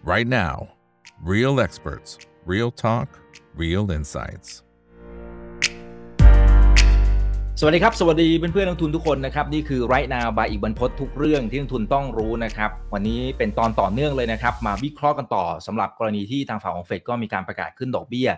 right now. Real experts, real talk, real insights. สวัสดีครับสวัสดีเพื่อนๆนักทุนทุกคนนะครับนี่คือ Right Now บายอีกบรรพตทุกเรื่องที่นักทุนต้องรู้นะครับวันนี้เป็นตอนต่อเนื่องเลยนะครับมาวิเคราะห์กันต่อสำหรับกรณีที่ทางฝั่งของเฟดก็มีการประกาศขึ้นดอกเบี้ย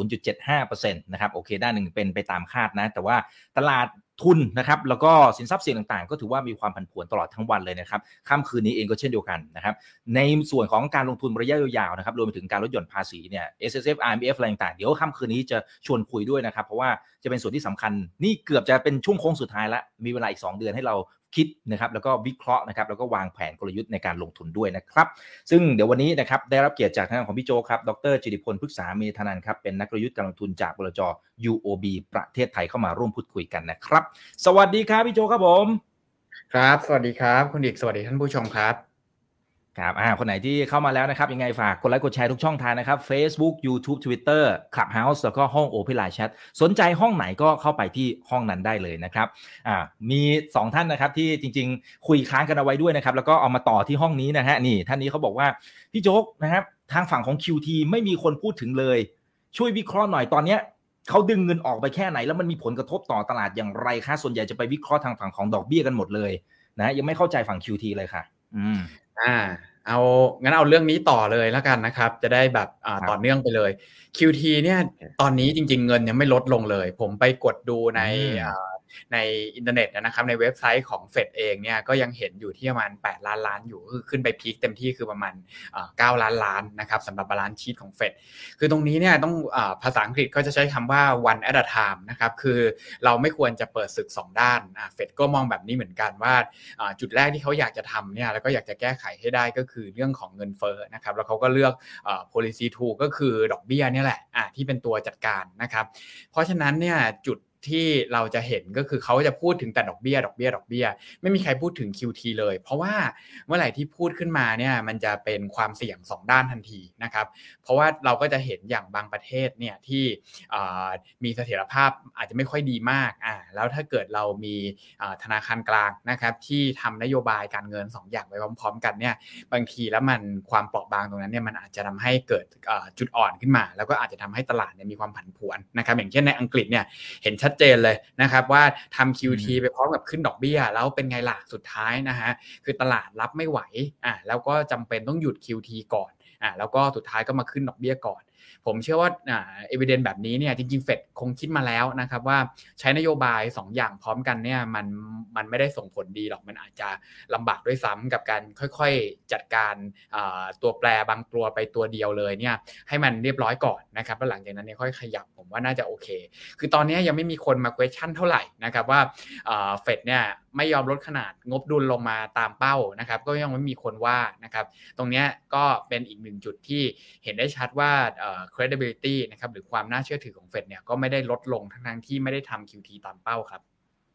0.75% นะครับโอเคด้านหนึ่งเป็นไปตามคาดนะแต่ว่าตลาดทุนนะครับแล้วก็สินทรัพย์เสี่ยงต่างๆก็ถือว่ามีความผันผวนตลอดทั้งวันเลยนะครับค่ำคืนนี้เองก็เช่นเดียวกันนะครับในส่วนของการลงทุนระยะยาวๆนะครับรวมไปถึงการลดหย่อนภาษีเนี่ย SSF RMF อะไรต่างๆเดี๋ยวค่ำคืนนี้จะชวนคุยด้วยนะครับเพราะว่าจะเป็นส่วนที่สำคัญนี่เกือบจะเป็นช่วงโค้งสุดท้ายแล้วมีเวลาอีก2เดือนให้เราคิดนะครับแล้วก็วิเคราะห์นะครับแล้วก็วางแผนกลยุทธ์ในการลงทุนด้วยนะครับซึ่งเดี๋ยววันนี้นะครับได้รับเกียรติจากทางด้านของพี่โจครับดร.จิติพลพฤกษาเมธานันท์ครับเป็นนักกลยุทธ์การลงทุนจากบลจ. UOB ประเทศไทยเข้ามาร่วมพูดคุยกันนะครับสวัสดีครับพี่โจครับผมครับสวัสดีครับคุณอีกสวัสดีท่านผู้ชมครับครับคนไหนที่เข้ามาแล้วนะครับยังไงฝากกดไลค์กดแชร์ทุกช่องทางนะครับ Facebook YouTube Twitter Clubhouse แล้วก็ห้อง Open Line Chat สนใจห้องไหนก็เข้าไปที่ห้องนั้นได้เลยนะครับมี2ท่านนะครับที่จริงๆคุยค้างกันเอาไว้ด้วยนะครับแล้วก็เอามาต่อที่ห้องนี้นะฮะนี่ท่านนี้เขาบอกว่าพี่โจ๊กนะครับทางฝั่งของ QT ไม่มีคนพูดถึงเลยช่วยวิเคราะห์หน่อยตอนเนี้ยเขาดึงเงินออกไปแค่ไหนแล้วมันมีผลกระทบต่อตลาดอย่างไรคะส่วนใหญ่จะไปวิเคราะห์ทางฝั่งของดอกเบี้ยกันหมดเลยนะยังไม่เข้าใจฝั่ง QT เลยค่ะเอางั้นเอาเรื่องนี้ต่อเลยแล้วกันนะครับจะได้แบบต่อเนื่องไปเลย QT เนี่ยตอนนี้จริงๆเงินยังไม่ลดลงเลยผมไปกดดูในอินเทอร์เน็ตนะครับในเว็บไซต์ของเฟดเองเนี่ยก็ยังเห็นอยู่ที่ประมาณ8ล้านล้านอยู่คือขึ้นไปพีคเต็มที่คือประมาณ9ล้านล้านนะครับสำหรับบาลานซ์ชีทของเฟดคือตรงนี้เนี่ยต้องภาษาอังกฤษก็จะใช้คำว่า one at a time นะครับคือเราไม่ควรจะเปิดศึก2ด้านเฟดก็มองแบบนี้เหมือนกันว่าจุดแรกที่เขาอยากจะทำเนี่ยแล้วก็อยากจะแก้ไขให้ได้ก็คือเรื่องของเงินเฟ้อนะครับแล้วเขาก็เลือกpolicy tool ก็คือดอกเบี้ยนี่แหละที่เป็นตัวจัดการนะครับเพราะฉะนั้นเนี่ยจุดที่เราจะเห็นก็คือเขาจะพูดถึงแต่ดอกเบี้ยไม่มีใครพูดถึง QT เลยเพราะว่าเมื่อไหร่ที่พูดขึ้นมาเนี่ยมันจะเป็นความเสี่ยง2ด้านทันทีนะครับเพราะว่าเราก็จะเห็นอย่างบางประเทศเนี่ยที่มีเสถียรภาพอาจจะไม่ค่อยดีมากแล้วถ้าเกิดเรามีธนาคารกลางนะครับที่ทำนโยบายการเงิน2อย่างไปพร้อมๆกันเนี่ยบางทีแล้วมันความเปราะบางตรงนั้นเนี่ยมันอาจจะทำให้เกิดจุดอ่อนขึ้นมาแล้วก็อาจจะทำให้ตลาดเนี่ยมีความผันผวนนะครับอย่างเช่นในอังกฤษเนี่ยเห็นชัดเจนเลยนะครับว่าทำ QT ไปพร้อมกับขึ้นดอกเบี้ยแล้วเป็นไงล่ะสุดท้ายนะฮะคือตลาดรับไม่ไหวแล้วก็จำเป็นต้องหยุด QT ก่อนแล้วก็สุดท้ายก็มาขึ้นดอกเบี้ยก่อนผมเชื่อว่าevidence แบบนี้เนี่ยจริงๆเฟดคงคิดมาแล้วนะครับว่าใช้นโยบาย2อย่างพร้อมกันเนี่ยมันไม่ได้ส่งผลดีหรอกมันอาจจะลำบากด้วยซ้ำกับการค่อยๆจัดการตัวแปรบางตัวไปตัวเดียวเลยเนี่ยให้มันเรียบร้อยก่อนนะครับแล้วหลังจากนั้นเนี่ยค่อยขยับผมว่าน่าจะโอเคคือตอนนี้ยังไม่มีคนมา question เท่าไหร่นะครับว่าเฟดเนี่ยไม่ยอมลดขนาดงบดุลลงมาตามเป้านะครับก็ยังไม่มีคนว่านะครับตรงนี้ก็เป็นอีกหนึ่งจุดที่เห็นได้ชัดว่าcredibility นะครับหรือความน่าเชื่อถือของเฟดเนี่ยก็ไม่ได้ลดลงทั้งที่ไม่ได้ทำ QT ตามเป้าครับ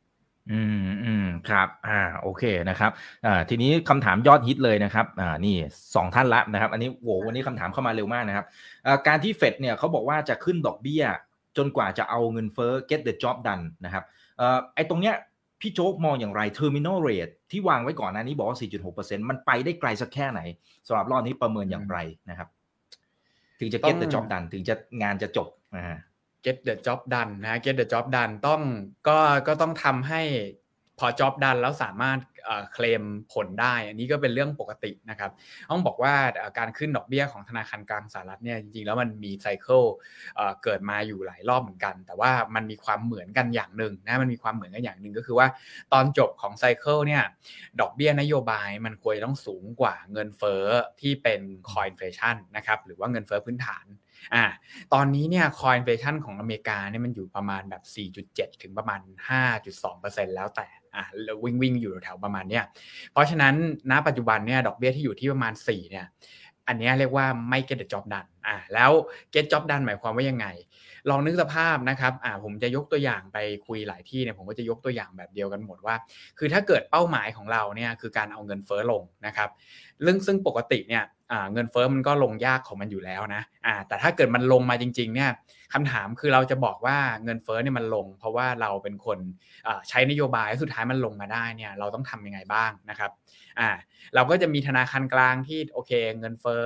ครับโอเคนะครับทีนี้คำถามยอดฮิตเลยนะครับนี่2ท่านละนะครับอันนี้โหวันนี้คำถามเข้ามาเร็วมากนะครับการที่เฟดเนี่ยเขาบอกว่าจะขึ้นดอกเบี้ยจนกว่าจะเอาเงินเฟ้อ get the job done นะครับไอ้ตรงเนี้ยพี่โจ๊กมองอย่างไร terminal rate ที่วางไว้ก่อนหน้านี้บอกว่า 4.6% มันไปได้ไกลสักแค่ไหนสำหรับรอบนี้ประเมินอย่างไรนะครับถึงจะ get the job done ถึงจะงานจะจบ get the job done นะ get the job done ก็ต้องทำให้พอ job done แล้วสามารถเคลมผลได้อันนี้ก็เป็นเรื่องปกตินะครับต้องบอกว่าการขึ้นดอกเบี้ยของธนาคารกลางสหรัฐเนี่ยจริงๆแล้วมันมีไซเคิลเกิดมาอยู่หลายรอบเหมือนกันแต่ว่ามันมีความเหมือนกันอย่างหนึ่งนะมันมีความเหมือนกันอย่างหนึ่งก็คือว่าตอนจบของไซเคิลเนี่ยดอกเบี้ยนโยบายมันควรต้องสูงกว่าเงินเฟ้อที่เป็น core inflation นะครับหรือว่าเงินเฟ้อพื้นฐานตอนนี้เนี่ย core inflation ของอเมริกาเนี่ยมันอยู่ประมาณแบบ 4.7 ถึงประมาณ 5.2% แล้วแต่วิ่งอยู่แถวประมาณเนี้ยเพราะฉะนั้นณปัจจุบันเนี่ยดอกเบี้ยที่อยู่ที่ประมาณ4เนี่ยอันนี้เรียกว่าไม่ get the job done แล้ว get job done หมายความว่ายังไงลองนึกสภาพนะครับผมจะยกตัวอย่างไปคุยหลายที่เนี่ยผมก็จะยกตัวอย่างแบบเดียวกันหมดว่าคือถ้าเกิดเป้าหมายของเราเนี่ยคือการเอาเงินเฟ้อลงนะครับซึ่งปกติเนี่ยเงินเฟ้อมันก็ลงยากของมันอยู่แล้วนะแต่ถ้าเกิดมันลงมาจริงๆเนี่ยคำถามคือเราจะบอกว่าเงินเฟ้อเนี่ยมันลงเพราะว่าเราเป็นคนใช้นโยบายสุดท้ายมันลงมาได้เนี่ยเราต้องทำยังไงบ้างนะครับเราก็จะมีธนาคารกลางที่โอเคเงินเฟ้อ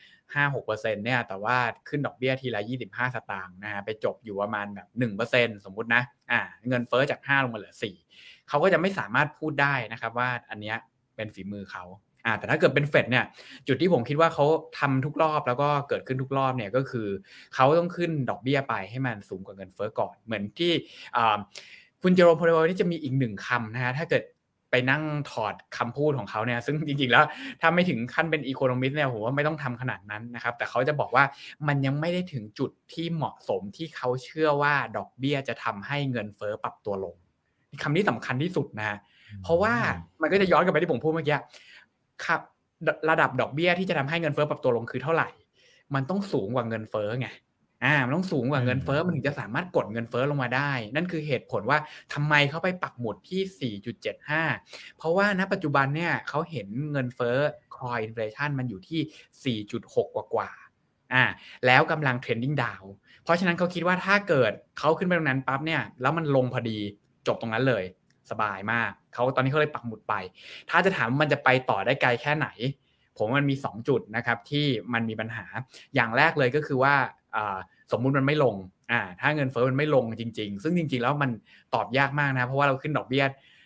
5-6% เนี่ยแต่ว่าขึ้นดอกเบี้ยทีละ25สตางค์นะฮะไปจบอยู่ประมาณแบบ 1% สมมุตินะเงินเฟ้อจาก5ลงมาเหลือ4เขาก็จะไม่สามารถพูดได้นะครับว่าอันเนี้ยเป็นฝีมือเขาแต่ถ้าเกิดเป็นเฟดเนี่ยจุดที่ผมคิดว่าเขาทำทุกรอบแล้วก็เกิดขึ้นทุกรอบเนี่ยก็คือเขาต้องขึ้นดอกเบี้ยไปให้มันสูงกว่าเงินเฟ้อก่อนเหมือนที่คุณเจโรมโพเลวนี่จะมีอีกหนึ่งคำนะฮะถ้าเกิดไปนั่งถอดคำพูดของเขาเนี่ยซึ่งจริงๆแล้วถ้าไม่ถึงขั้นเป็นอีโคโนมิสต์เนี่ยผมว่าไม่ต้องทำขนาดนั้นนะครับแต่เขาจะบอกว่ามันยังไม่ได้ถึงจุดที่เหมาะสมที่เขาเชื่อว่าดอกเบี้ยจะทำให้เงินเฟ้อปรับตัวลงคำนี้สำคัญที่สุดนะเพราะว่ามันก็จะย้อนกลับไปที่ผมพูดเมื่อกี้ครับระดับดอกเบี้ยที่จะทำให้เงินเฟ้อปรับตัวลงคือเท่าไหร่มันต้องสูงกว่าเงินเฟ้อไงมันต้องสูงกว่าเงินเฟ้อมันถึงจะสามารถกดเงินเฟ้อลงมาได้นั่นคือเหตุผลว่าทำไมเขาไปปักหมุดที่ 4.75 เพราะว่าณปัจจุบันเนี่ยเขาเห็นเงินเฟ้อ core inflation มันอยู่ที่ 4.6 กว่าแล้วกำลัง trending down เพราะฉะนั้นเขาคิดว่าถ้าเกิดเขาขึ้นไปตรงนั้นปั๊บเนี่ยแล้วมันลงพอดีจบตรงนั้นเลยสบายมากเขาตอนนี้เขาเลยปักหมุดไปถ้าจะถามมันจะไปต่อได้ไกลแค่ไหนผมมันมี2จุดนะครับที่มันมีปัญหาอย่างแรกเลยก็คือว่าสมมุติมันไม่ลงถ้าเงินเฟ้อมันไม่ลงจริงๆซึ่งจริงๆแล้วมันตอบยากมากนะเพราะว่าเราขึ้นดอกเบี้ย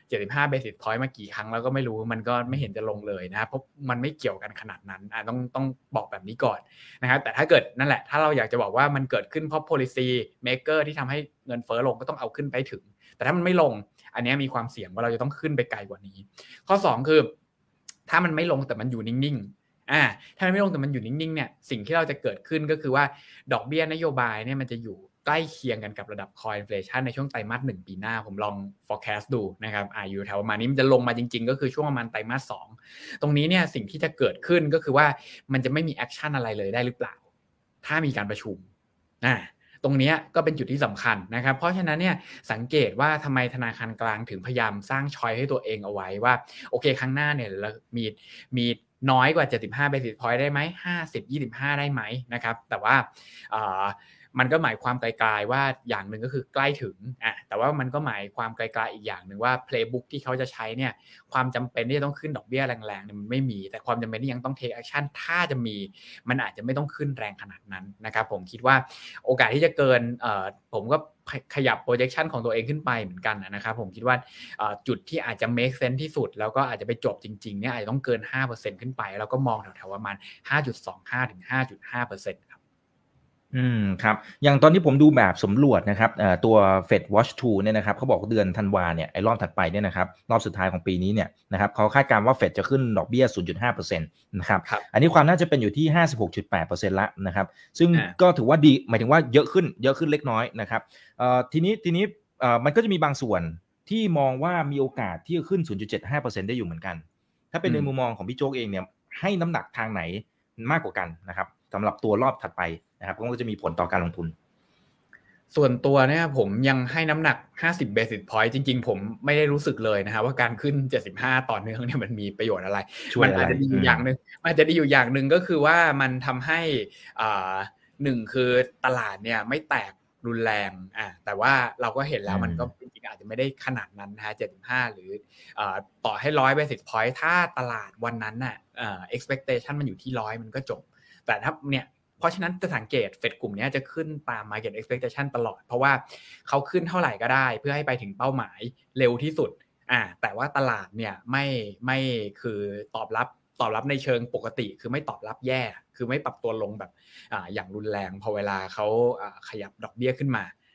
75 basis point มากี่ครั้งแล้วก็ไม่รู้มันก็ไม่เห็นจะลงเลยนะเพราะมันไม่เกี่ยวกันขนาดนั้นต้องบอกแบบนี้ก่อนนะครับแต่ถ้าเกิดนั่นแหละถ้าเราอยากจะบอกว่ามันเกิดขึ้นเพราะ policy maker ที่ทำให้เงินเฟ้อลงก็ต้องเอาขึ้นไปถึงแต่ถ้ามันไม่ลงอันนี้มีความเสี่ยงว่าเราจะต้องขึ้นไปไกลกว่านี้ข้อ2คือถ้ามันไม่ลงแต่มันอยู่นิ่งๆถ้ามันไม่ลงแต่มันอยู่นิ่งๆเนี่ยสิ่งที่เราจะเกิดขึ้นก็คือว่าดอกเบี้ยนโยบายเนี่ยมันจะอยู่ใกล้เคียงกันกับระดับ core inflation ในช่วงไตรมาส1ปีหน้าผมลอง forecast ดูนะครับอยู่แถวประมาณนี้มันจะลงมาจริงๆก็คือช่วงประมาณไตรมาส2ตรงนี้เนี่ยสิ่งที่จะเกิดขึ้นก็คือว่ามันจะไม่มีแอคชั่นอะไรเลยได้หรือเปล่าถ้ามีการประชุมตรงนี้ก็เป็นจุดที่สำคัญนะครับเพราะฉะนั้นเนี่ยสังเกตว่าทำไมธนาคารกลางถึงพยายามสร้างช้อยให้ตัวเองเอาไว้ว่าโอเคครั้งหน้าเนี่ยเรามีน้อยกว่า75 basis point ได้ไหม50-25ได้ไหมนะครับแต่ว่ามันก็หมายความไกลๆว่าอย่างหนึ่งก็คือใกล้ถึงแต่ว่ามันก็หมายความไกลๆอีกอย่างหนึ่งว่า playbook ที่เขาจะใช้เนี่ยความจำเป็นที่จะต้องขึ้นดอกเบี้ยแรงๆเนี่ยมันไม่มีแต่ความจำเป็นที่ยังต้อง take action ถ้าจะมีมันอาจจะไม่ต้องขึ้นแรงขนาดนั้นนะครับผมคิดว่าโอกาสที่จะเกินผมก็ขยับ projection ของตัวเองขึ้นไปเหมือนกันนะครับผมคิดว่าจุดที่อาจจะ make sense ที่สุดแล้วก็อาจจะไปจบจริงๆเนี่ยอาจจะต้องเกิน 5% ขึ้นไปแล้วก็มองแถวๆประมาณ 5.25 ถึง 5.5% ครับอย่างตอนที่ผมดูแบบสำรวจนะครับตัว Fed Watch 2เนี่ยนะครับเขาบอกเดือนธันวาเนี่ยไอ้รอบถัดไปเนี่ยนะครับรอบสุดท้ายของปีนี้เนี่ยนะครับเขาคาดการณ์ว่า Fed จะขึ้นดอกเบี้ย 0.5% นะครับอันนี้ความน่าจะเป็นอยู่ที่ 56.8% ละนะครับซึ่งก็ถือว่าดีหมายถึงว่าเยอะขึ้นเล็กน้อยนะครับทีนี้มันก็จะมีบางส่วนที่มองว่ามีโอกาสที่จะขึ้น 0.75% ได้อยู่เหมือนกันถ้าเป็นในมุมมองของพี่โจ๊กเองเนี่ยให้น้ำหนักทางไหนมากกว่ากันนะครับสำหรับตัวรอบถัดไปนะครับก็จะมีผลต่อการลงทุนส่วนตัวเนี่ยผมยังให้น้ำหนัก50 basis point จริงๆผมไม่ได้รู้สึกเลยนะครับว่าการขึ้น75ต่อเนื่องเนี่ยมันมีประโยชน์อะไรมันอาจจะดีอยู่อย่างนึงก็คือว่ามันทำให้หนึ่งคือตลาดเนี่ยไม่แตกรุนแรงแต่ว่าเราก็เห็นแล้วมันก็จริงๆอาจจะไม่ได้ขนาดนั้นนะฮะ75หรือต่อให้100 basis point ถ้าตลาดวันนั้นน่ะexpectation มันอยู่ที่100มันก็จบแต่ถ้าเนี่ยเพราะฉะนั้นจะสังเกตเฟดกลุ่มนี้จะขึ้นตาม market expectation ตลอดเพราะว่าเขาขึ้นเท่าไหร่ก็ได้เพื่อให้ไปถึงเป้าหมายเร็วที่สุดแต่ว่าตลาดเนี่ยไม่คือตอบรับในเชิงปกติคือไม่ตอบรับแย่คือไม่ปรับตัวลงแบบอย่างรุนแรงพอเวลาเขาขยับดอกเบี้ยขึ้นมา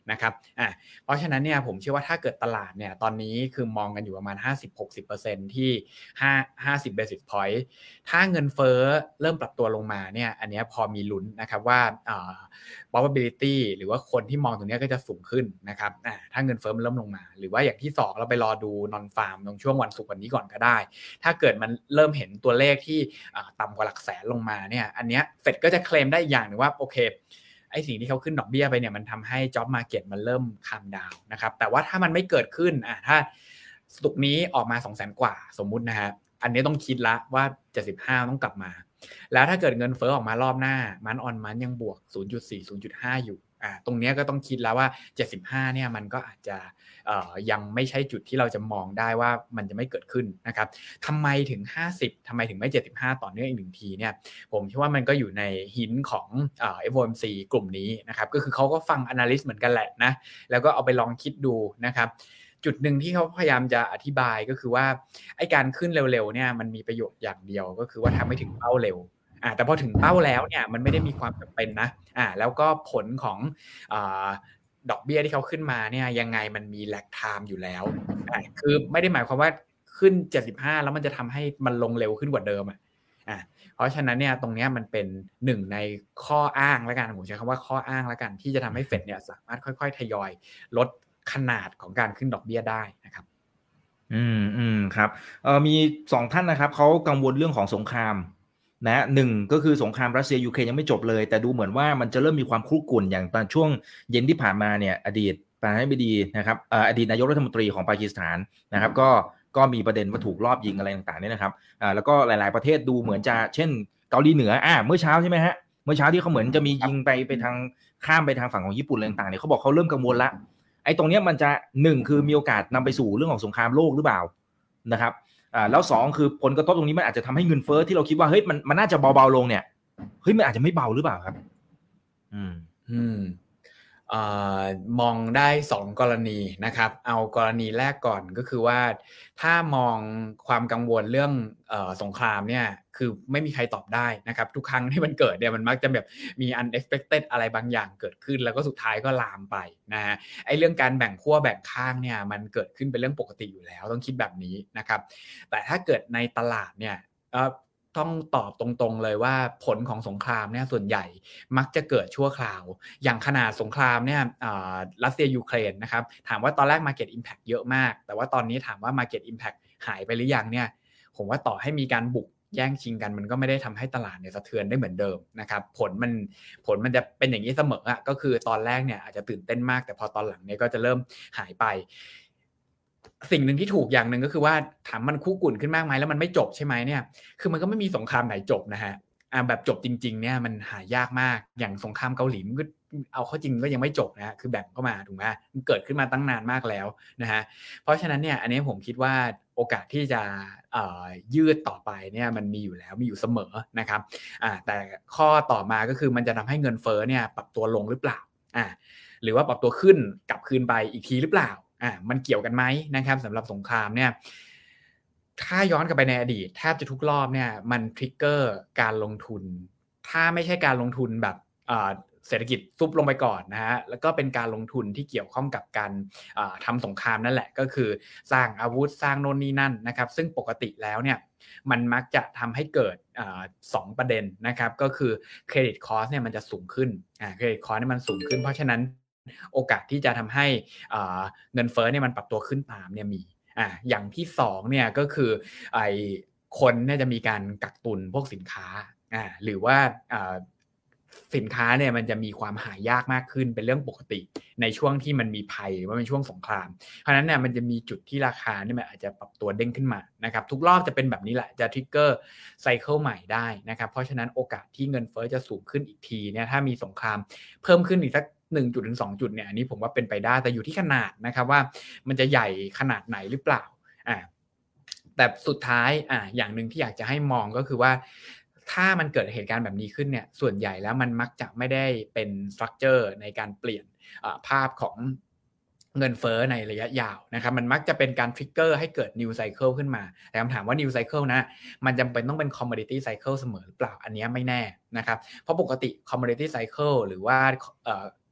นะครับเพราะฉะนั้นเนี่ยผมเชื่อว่าถ้าเกิดตลาดเนี่ยตอนนี้คือมองกันอยู่ประมาณ 50-60% ที่50 basis point ถ้าเงินเฟ้อเริ่มปรับตัวลงมาเนี่ยอันนี้พอมีลุ้นนะครับว่าprobability หรือว่าคนที่มองตรงนี้ก็จะสูงขึ้นนะครับถ้าเงินเฟ้อมันเริ่มลงมาหรือว่าอย่างที่2เราไปรอดู non farm ตรงช่วงวันศุกร์วันนี้ก่อนก็ได้ถ้าเกิดมันเริ่มเห็นตัวเลขที่ต่ำกว่าหลักแสนลงมาเนี่ยอันเนี้ยเฟดก็จะเคลมได้อย่างนึงว่าโอเคไอ้สิ่งที่เขาขึ้นดอกเบี้ยไปเนี่ยมันทำให้ job market มันเริ่มคามดาวน์นะครับแต่ว่าถ้ามันไม่เกิดขึ้นถ้าศุกร์นี้ออกมา 200,000 กว่าสมมุตินะฮะอันนี้ต้องคิดละว่า75ต้องกลับมาแล้วถ้าเกิดเงินเฟ้อออกมารอบหน้ามันออนมันยังบวก 0.4 0.5 อยู่ตรงนี้ก็ต้องคิดแล้วว่า75เนี่ยมันก็อาจจะยังไม่ใช่จุดที่เราจะมองได้ว่ามันจะไม่เกิดขึ้นนะครับทำไมถึง50ทำไมถึงไม่75ต่อเนื่องอีก1ทีเนี่ยผมคิดว่ามันก็อยู่ในหินของFOMC กลุ่มนี้นะครับก็คือเขาก็ฟัง analyst เหมือนกันแหละนะแล้วก็เอาไปลองคิดดูนะครับจุดหนึ่งที่เขาพยายามจะอธิบายก็คือว่าไอ้การขึ้นเร็วๆเนี่ยมันมีประโยชน์อย่างเดียวก็คือว่าทำให้ถึงเป้าเร็วแต่พอถึงเป้าแล้วเนี่ยมันไม่ได้มีความจำเป็นนะแล้วก็ผลของดอกเบี้ยที่เขาขึ้นมาเนี่ยยังไงมันมีแลกไทม์อยู่แล้วคือไม่ได้หมายความว่าขึ้น75แล้วมันจะทำให้มันลงเร็วขึ้นกว่าเดิมเพราะฉะนั้นเนี่ยตรงนี้มันเป็นหนึ่งในข้ออ้างแล้วกันผมใช้คำว่าข้ออ้างแล้วกันที่จะทำให้เฟดเนี่ยสามารถค่อยๆทยอยลดขนาดของการขึ้นดอกเบี้ยได้นะครับครับมี2ท่านนะครับเขากังวลเรื่องของสงครามนะ1ก็คือสงครามรัสเซียยูเครนยังไม่จบเลยแต่ดูเหมือนว่ามันจะเริ่มมีความคุกรุ่นอย่างตอนช่วงเย็นที่ผ่านมาเนี่ยอดีตประธานาธิบดีนะครับอดีตนายกรัฐมนตรีของปากีสถานนะครับก็มีประเด็นว่าถูกลอบยิงอะไรต่างๆเนี่ยนะครับแล้วก็หลายๆประเทศดูเหมือนจะเช่นเกาหลีเหนือเมื่อเช้าใช่ไหมฮะเมื่อเช้าที่เขาเหมือนจะมียิงไปทางข้ามไปทางฝั่งของญี่ปุ่นอะไรต่างๆเนี่ยเขาบอกเขาเริ่มกังวลละไอ้ตรงนี้มันจะ1คือมีโอกาสนำไปสู่เรื่องของสงครามโลกหรือเปล่านะครับแล้ว2คือผลกระทบตรงนี้มันอาจจะทำให้เงินเฟ้อที่เราคิดว่าเฮ้ยมันน่าจะเบาๆลงเนี่ยเฮ้ยมันอาจจะไม่เบาหรือเปล่าครับมองได้2กรณีนะครับเอากรณีแรกก่อนก็คือว่าถ้ามองความกังวลเรื่องสงครามเนี่ยคือไม่มีใครตอบได้นะครับทุกครั้งที่มันเกิดเนี่ยมันมักจะแบบมี unexpected อะไรบางอย่างเกิดขึ้นแล้วก็สุดท้ายก็ลามไปนะฮะไอ้เรื่องการแบ่งขั้วแบ่งข้างเนี่ยมันเกิดขึ้นเป็นเรื่องปกติอยู่แล้วต้องคิดแบบนี้นะครับแต่ถ้าเกิดในตลาดเนี่ยต้องตอบตรงๆเลยว่าผลของสงครามเนี่ยส่วนใหญ่มักจะเกิดชั่วคราวอย่างขนาดสงครามเนี่ยรัสเซียยูเครนนะครับถามว่าตอนแรก Market Impact เยอะมากแต่ว่าตอนนี้ถามว่า Market Impact หายไปหรือยังเนี่ยผมว่าต่อให้มีการบุกแย่งชิงกันมันก็ไม่ได้ทำให้ตลาดเนี่ยสะเทือนได้เหมือนเดิมนะครับผลมันจะเป็นอย่างนี้เสมอก็คือตอนแรกเนี่ยอาจจะตื่นเต้นมากแต่พอตอนหลังเนี่ยก็จะเริ่มหายไปสิ่งหนึ่งที่ถูกอย่างหนึ่งก็คือว่าถามมันคุกรุ่นขึ้นมากไหมแล้วมันไม่จบใช่ไหมเนี่ยคือมันก็ไม่มีสงครามไหนจบนะฮะแบบจบจริงๆเนี่ยมันหายากมากอย่างสงครามเกาหลีมันก็เอาเข้าจริงก็ยังไม่จบนะฮะคือแบ่งเข้ามาถูกไหมมันเกิดขึ้นมาตั้งนานมากแล้วนะฮะเพราะฉะนั้นเนี่ยอันนี้ผมคิดว่าโอกาสที่จะยืดต่อไปเนี่ยมันมีอยู่แล้วมีอยู่เสมอนะครับแต่ข้อต่อมาก็คือมันจะทำให้เงินเฟ้อเนี่ยปรับตัวลงหรือเปล่าหรือว่าปรับตัวขึ้นกลับคืนไปอีกทีหรือเปล่ามันเกี่ยวกันไหมนะครับสำหรับสงครามเนี่ยถ้าย้อนกลับไปในอดีตแทบจะทุกรอบเนี่ยมันทริกเกอร์การลงทุนถ้าไม่ใช่การลงทุนแบบเศรษฐกิจซุบลงไปก่อนนะฮะแล้วก็เป็นการลงทุนที่เกี่ยวข้องกับการทำสงครามนั่นแหละก็คือสร้างอาวุธสร้างโน่นนี่นั่นนะครับซึ่งปกติแล้วเนี่ยมันมักจะทำให้เกิด2ประเด็นนะครับก็คือเครดิตคอสเนี่ยมันจะสูงขึ้นเครดิตคอสเนี่ยมันสูงขึ้นเพราะฉะนั้นโอกาสที่จะทำให้เงินเฟ้อเนี่ยมันปรับตัวขึ้นตามเนี่ยมีอย่างที่2เนี่ยก็คือไอ้คนเนี่ยจะมีการกักตุนพวกสินค้าหรือว่าสินค้าเนี่ยมันจะมีความหายากมากขึ้นเป็นเรื่องปกติในช่วงที่มันมีภัยหรือว่าเป็นช่วงสงครามเพราะฉะนั้นเนี่ยมันจะมีจุดที่ราคาเนี่ยมันอาจจะปรับตัวเด้งขึ้นมานะครับทุกรอบจะเป็นแบบนี้แหละจะทริกเกอร์ไซเคิลใหม่ได้นะครับเพราะฉะนั้นโอกาสที่เงินเฟ้อจะสูงขึ้นอีกทีเนี่ยถ้ามีสงครามเพิ่มขึ้นอีกสัก1จุดถึง2จุดเนี่ยอันนี้ผมว่าเป็นไปได้แต่อยู่ที่ขนาดนะครับว่ามันจะใหญ่ขนาดไหนหรือเปล่าแต่สุดท้ายอย่างนึงที่อยากจะให้มองก็คือว่าถ้ามันเกิดเหตุการณ์แบบนี้ขึ้นเนี่ยส่วนใหญ่แล้วมันมักจะไม่ได้เป็นสตรัคเจอร์ในการเปลี่ยนภาพของเงินเฟ้อในระยะยาวนะครับมันมักจะเป็นการทริกเกอร์ให้เกิด new cycle ขึ้นมาแต่คำถามว่า new cycle นะมันจำเป็นต้องเป็น commodity cycle เสมอหรือเปล่าอันนี้ไม่แน่นะครับเพราะปกติ commodity cycle หรือว่า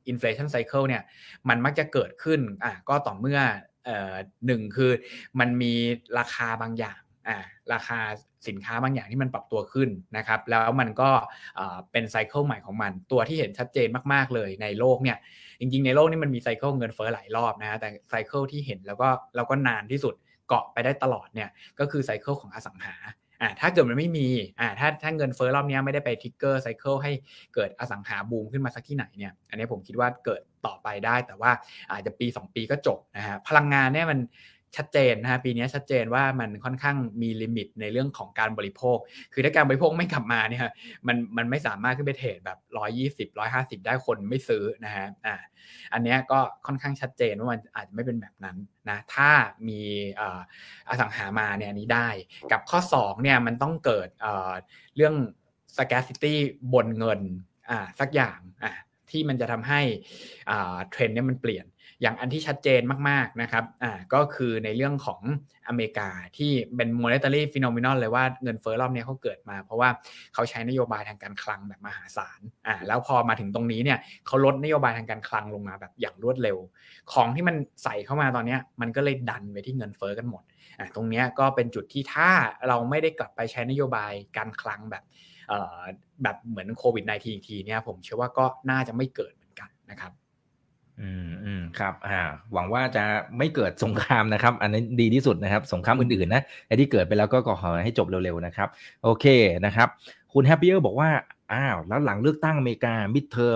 inflation cycle เนี่ยมันมักจะเกิดขึ้นก็ต่อเมื่อหนึ่งคือมันมีราคาบางอย่างราคาสินค้าบางอย่างที่มันปรับตัวขึ้นนะครับแล้วมันก็เป็นไซเคิลใหม่ของมันตัวที่เห็นชัดเจนมากๆเลยในโลกเนี่ยจริงๆในโลกนี้มันมีไซเคิลเงินเฟ้อหลายรอบนะฮะแต่ไซเคิลที่เห็นแล้วก็นานที่สุดเกาะไปได้ตลอดเนี่ยก็คือไซเคิลของอสังหาถ้าเกิดมันไม่มีถ้าเงินเฟ้อรอบนี้ไม่ได้ไปทริกเกอร์ไซเคิลให้เกิดอสังหาบูมขึ้นมาสักที่ไหนเนี่ยอันนี้ผมคิดว่าเกิดต่อไปได้แต่ว่าอาจจะปี2ปีก็จบนะฮะพลังงานเนี่ยมันชัดเจนนะฮะปีนี้ชัดเจนว่ามันค่อนข้างมีลิมิตในเรื่องของการบริโภคคือถ้าการบริโภคไม่กลับมาเนี่ยมันไม่สามารถขึ้นไปเทรดแบบ120 150ได้คนไม่ซื้อนะฮะอันนี้ก็ค่อนข้างชัดเจนว่ามันอาจจะไม่เป็นแบบนั้นนะถ้ามีอสังหามาเนี่ยอันนี้ได้กับข้อ2เนี่ยมันต้องเกิดเรื่อง scarcity บนเงินสักอย่างที่มันจะทำให้เทรนด์เนี่ยมันเปลี่ยนอย่างอันที่ชัดเจนมากๆนะครับก็คือในเรื่องของอเมริกาที่เป็น monetary phenomenon เลยว่าเงินเฟ้อรอบนี้เขาเกิดมาเพราะว่าเขาใช้นโยบายทางการคลังแบบมหาศาลแล้วพอมาถึงตรงนี้เนี่ยเขาลดนโยบายทางการคลังลงมาแบบอย่างรวดเร็วของที่มันใส่เข้ามาตอนนี้มันก็เลยดันไปที่เงินเฟ้อกันหมดตรงนี้ก็เป็นจุดที่ถ้าเราไม่ได้กลับไปใช้นโยบายการคลังแบบเหมือนโควิด -19 อีกทีเนี่ยผมเชื่อว่าก็น่าจะไม่เกิดเหมือนกันนะครับครับหวังว่าจะไม่เกิดสงครามนะครับอันนั้นดีที่สุดนะครับสงครามอื่นๆนะไอ้ที่เกิดไปแล้วก็ขอให้จบเร็วๆนะครับโอเคนะครับคุณแฮปปี้บอกว่าแล้วหลังเลือกตั้งอเมริกามิดเทอม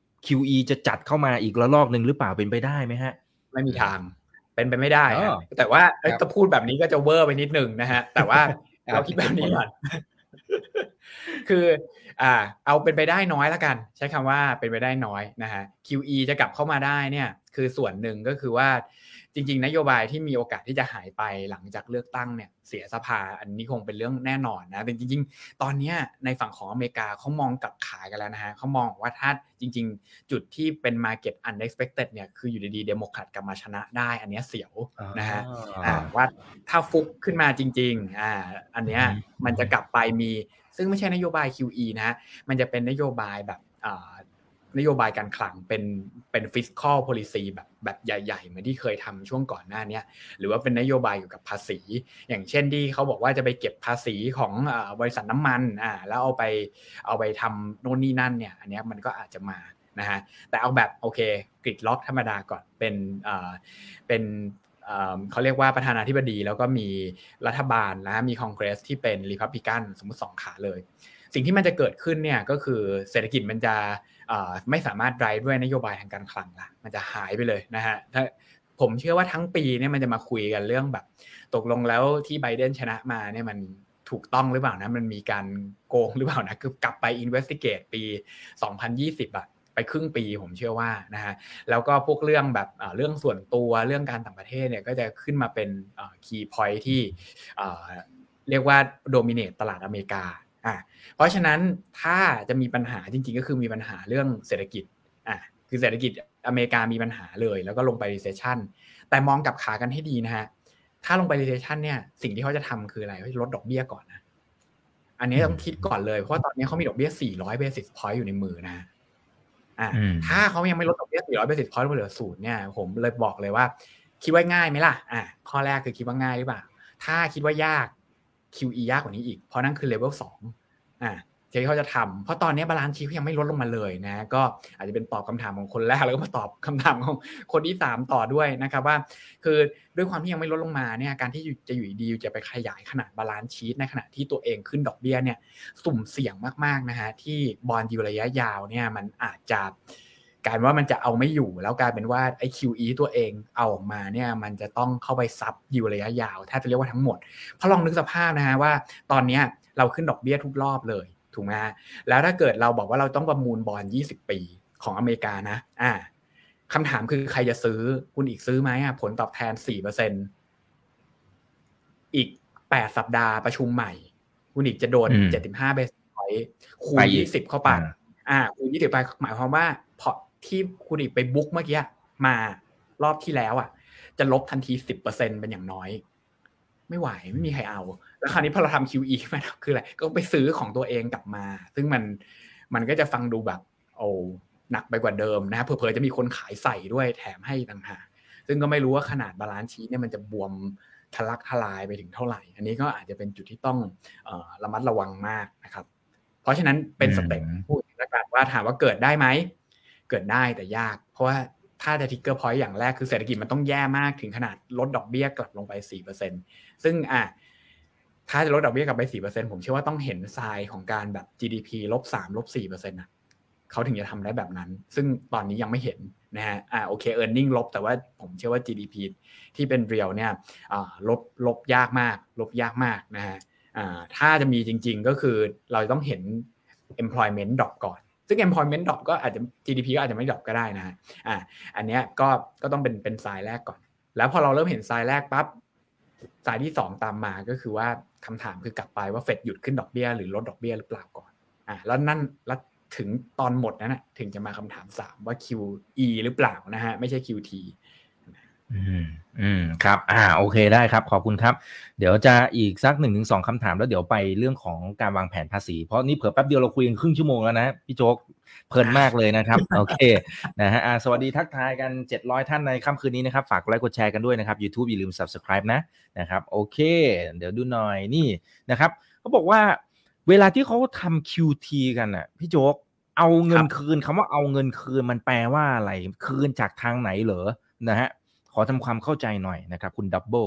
QE จะจัดเข้ามาอีกระลอกนึงหรือเปล่าเป็นไปได้ไหมฮะไม่มีทางเป็นไปไม่ได้แต่ว่าถ้าพูดแบบนี้ก็จะเวอร์ไปนิดนึงนะฮะแต่ว่าเราคิดแบบนี้ก่อนคือเอาเป็นไปได้น้อยแล้วกันใช้คำว่าเป็นไปได้น้อยนะฮะ QE จะกลับเข้ามาได้เนี่ยคือส่วนหนึ่งก็คือว่าจริงๆนโยบายที่มีโอกาสที่จะหายไปหลังจากเลือกตั้งเนี่ยเสียสภาอันนี้คงเป็นเรื่องแน่นอนนะแต่จริงๆตอนนี้ในฝั่งของอเมริกาเขามองกลับขายกันแล้วนะฮะเขามองว่าถ้าจริงๆจุดที่เป็น market unexpected เนี่ยคืออยู่ดีๆเดโมแครตกลับมาชนะได้อันนี้เสียวนะฮะว่าถ้าฟุกขึ้นมาจริงๆอันเนี้ยมันจะกลับไปมีซึ่งไม่ใช่นโยบาย QE นะมันจะเป็นนโยบายแบบนโยบายการคลังเป็น fiscal policy แบบใหญ่ๆเหมือนที่เคยทำช่วงก่อนหน้านี้หรือว่าเป็นนโยบายเกี่ยวกับภาษีอย่างเช่นที่เขาบอกว่าจะไปเก็บภาษีของบริษัทน้ำมันแล้วเอาไปทำโน่นนี่นั่นเนี่ยอันนี้มันก็อาจจะมานะฮะแต่เอาแบบโอเคกริดล็อกธรรมดาก่อนเป็นเขาเรียกว่าประธานาธิบดีแล้วก็มีรัฐบาลนะมีคอนเกรสที่เป็นรีพับลิกันสมมติ2ขาเลยสิ่งที่มันจะเกิดขึ้นเนี่ยก็คือเศรษฐกิจมันจะไม่สามารถไดรฟ์ด้วยนโยบายทางการคลังละมันจะหายไปเลยนะฮะถ้าผมเชื่อว่าทั้งปีเนี่ยมันจะมาคุยกันเรื่องแบบตกลงแล้วที่ไบเดนชนะมาเนี่ยมันถูกต้องหรือเปล่านะมันมีการโกงหรือเปล่านะคือกลับไป investigate ปี2020ไปครึ่งปีผมเชื่อว่านะฮะแล้วก็พวกเรื่องแบบเรื่องส่วนตัวเรื่องการต่างประเทศเนี่ยก็จะขึ้นมาเป็นkey point ที่เรียกว่า dominate ตลาดอเมริกาเพราะฉะนั้นถ้าจะมีปัญหาจริงๆก็คือมีปัญหาเรื่องเศรษฐกิจคือเศรษฐกิจอเมริกามีปัญหาเลยแล้วก็ลงไป recession แต่มองกลับขากันให้ดีนะฮะถ้าลงไป recession เนี่ยสิ่งที่เขาจะทำคืออะไรเขาจะลดดอกเบี้ยก่อนนะอันนี้ต้องคิดก่อนเลยเพราะตอนนี้เขามีดอกเบี้ย400 basis point อยู่ในมือนะถ้าเขายังไม่ลดดอกเบี้ย400 basis point เหลือ0เนี่ยผมเลยบอกเลยว่าคิดว่าง่ายไหมล่ะข้อแรกคือคิดว่าง่ายหรือเปล่าถ้าคิดว่ายาก QE ยากกว่านี้อีกเพราะนั่นคือ level 2ที่เขาจะทำเพราะตอนนี้บาลานซ์ชีทยังไม่ลดลงมาเลยนะก็อาจจะเป็นตอบคำถามของคนแรกแล้วก็มาตอบคำถามของคนที่3ต่อด้วยนะครับว่าคือด้วยความที่ยังไม่ลดลงมาเนี่ยการที่จะอยู่ดีจะไปขยายขนาดบาลานซ์ชีทในขณะที่ตัวเองขึ้นดอกเบี้ยเนี่ยสุ่มเสี่ยงมากๆนะฮะที่บอนด์ยิลด์ระยะยาวเนี่ยมันอาจจะกลายว่ามันจะเอาไม่อยู่แล้วกลายเป็นว่าไอ้ QE ตัวเองเอาออกมาเนี่ยมันจะต้องเข้าไปซับยิลด์ระยะยาวแทบจะเรียกว่าทั้งหมดเพราะลองนึกสภาพนะฮะว่าตอนนี้เราขึ้นดอกเบี้ยทุกรอบเลยถูกไหมฮะแล้วถ้าเกิดเราบอกว่าเราต้องประมูลบอนด์20 ปีของอเมริกานะคำถามคือใครจะซื้อคุณอีกซื้อไหมผลตอบแทน 4% อีก8สัปดาห์ประชุมใหม่คุณอีกจะโดน75 basis point คูณ20เข้าไปคูณ20ไปหมายความว่าพอที่คุณอีกไปบุ๊กเมื่อกี้มารอบที่แล้วจะลบทันที 10% เป็นอย่างน้อยไม่ไหวไม่มีใครเอาแล้วคราวนี้พอเราทำ QE มาคืออะไรก็ไปซื้อของตัวเองกลับมาซึ่งมันก็จะฟังดูแบบโอ้หนักไปกว่าเดิมนะเผลอๆจะมีคนขายใส่ด้วยแถมให้ต่างหากซึ่งก็ไม่รู้ว่าขนาดบาลานซ์ชีทเนี่ยมันจะบวมทะลักทลายไปถึงเท่าไหร่อันนี้ก็อาจจะเป็นจุดที่ต้องระมัดระวังมากนะครับเพราะฉะนั้นเป็นสเต็ปพูดแล้วกันว่าถามว่าเกิดได้ไหมเกิดได้แต่ยากเพราะว่าถ้าจะทิกเกอร์พอยต์อย่างแรกคือเศรษฐกิจมันต้องแย่มากถึงขนาดลดดอกเบี้ยกลับลงไป 4% ซึ่งถ้าจะลดดอกเบี้ยกลับไป 4% ผมเชื่อว่าต้องเห็นทรายของการแบบ GDP -3 -4% นะเขาถึงจะทำได้แบบนั้นซึ่งตอนนี้ยังไม่เห็นนะฮะโอเค earning ลบแต่ว่าผมเชื่อว่า GDP ที่เป็น real เนี่ยลบยากมากนะฮะถ้าจะมีจริงๆก็คือเราต้องเห็น employment drop ก่อนซึ่ง employment drop ก็อาจจะ GDP ก็อาจจะไม่ drop ก็ได้นะฮะอันเนี้ยก็ต้องเป็นทรายแรกก่อนแล้วพอเราเริ่มเห็นทรายแรกปั๊บทรายที่2ตามมาก็คือว่าคำถามคือกลับไปว่าเฟดหยุดขึ้นดอกเบี้ยหรือลดดอกเบี้ยหรือเปล่าก่อนแล้วถึงตอนหมดนั้นนะถึงจะมาคำถาม3ว่า QE หรือเปล่านะฮะไม่ใช่ QT ครับโอเคได้ครับขอบคุณครับเดี๋ยวจะอีกสัก 1-2 คำถามแล้วเดี๋ยวไปเรื่องของการวางแผนภาษีเพราะนี่เผื่อแป๊บเดียวเราคุยกันครึ่งชั่วโมงแล้วนะพี่โจ๊กเพลินมากเลยนะครับโอเคนะฮะสวัสดีทักทายกัน700ท่านในค่ำคืนนี้นะครับฝากกดไลค์กดแชร์กันด้วยนะครับ YouTube อย่าลืม Subscribe นะครับโอเคเดี๋ยวดูหน่อยนี่นะครับเขาบอกว่าเวลาที่เขาทำ QT กันน่ะพี่โจ๊กเอาเงินคืนคำว่าเอาเงินคืนมันแปลว่าอะไรคืนจากทางไหนเหรอนะฮะขอทำความเข้าใจหน่อยนะครับคุณดับเบิล